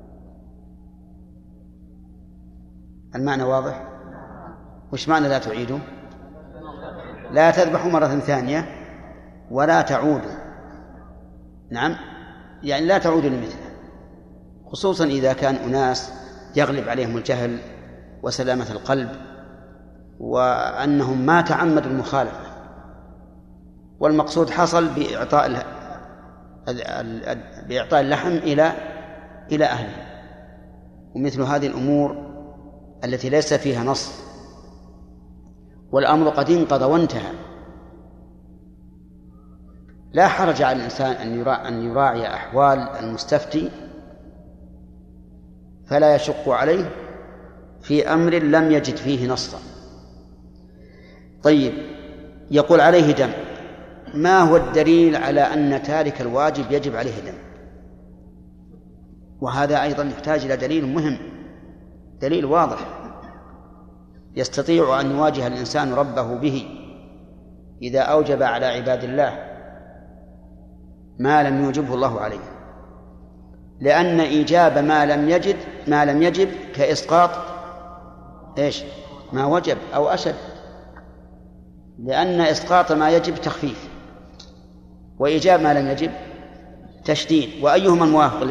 المعنى واضح؟ وش معنى لا تعيدوا؟ لا تذبحوا مرة ثانية ولا تعودوا. نعم، يعني لا تعودوا لمثله، خصوصا إذا كان أناس يغلب عليهم الجهل وسلامة القلب وأنهم ما تعمدوا المخالفة، والمقصود حصل بإعطاء بإعطاء اللحم إلى إلى أهله. ومثل هذه الأمور التي ليس فيها نص والأمر قد انقضى وانتهى لا حرج على الإنسان أن يراعي أحوال المستفتي، فلا يشق عليه في أمر لم يجد فيه نصا. طيب، يقول عليه دم. ما هو الدليل على أن تارك الواجب يجب عليه دم؟ وهذا أيضا يحتاج إلى دليل مهم، دليل واضح يستطيع أن يواجه الإنسان ربه به إذا أوجب على عباد الله ما لم يوجبه الله عليه. لأن إيجاب ما لم يجد ما لم يجب كإسقاط إيش ما وجب أو أشد، لأن إسقاط ما يجب تخفيف، وإيجاب ما لم يجب تشديد. وأيهما الموافق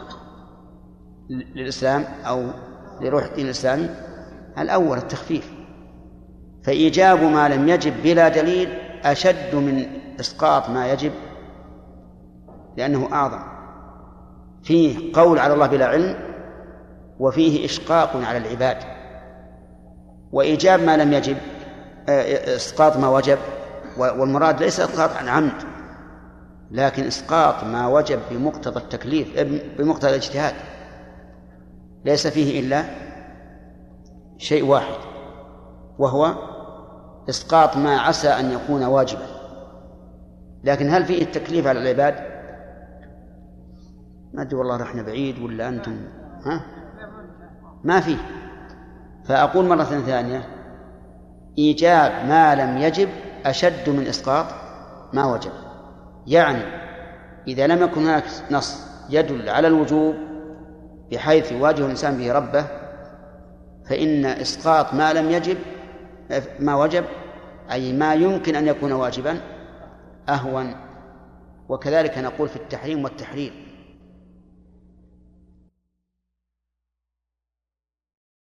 للإسلام أو لروح الدين الإسلامي؟ الأول، التخفيف. فإيجاب ما لم يجب بلا دليل أشد من إسقاط ما يجب، لأنه أعظم، فيه قول على الله بلا علم وفيه إشقاق على العباد. وإيجاب ما لم يجب إسقاط ما وجب، والمراد ليس إسقاط عن عمد، لكن إسقاط ما وجب بمقتضى التكليف بمقتضى الاجتهاد، ليس فيه إلا شيء واحد، وهو إسقاط ما عسى أن يكون واجبا. لكن هل فيه التكليف على العباد؟ ما أدري والله رحنا بعيد ولا أنتم ها؟ ما فيه. فأقول مرة ثانية: إيجاب ما لم يجب أشد من إسقاط ما وجب. يعني إذا لم يكن هناك نص يدل على الوجوب بحيث يواجه الإنسان به ربه، فإن إسقاط ما لم يجب ما وجب، أي ما يمكن أن يكون واجبا، أهون. وكذلك نقول في التحريم والتحرير،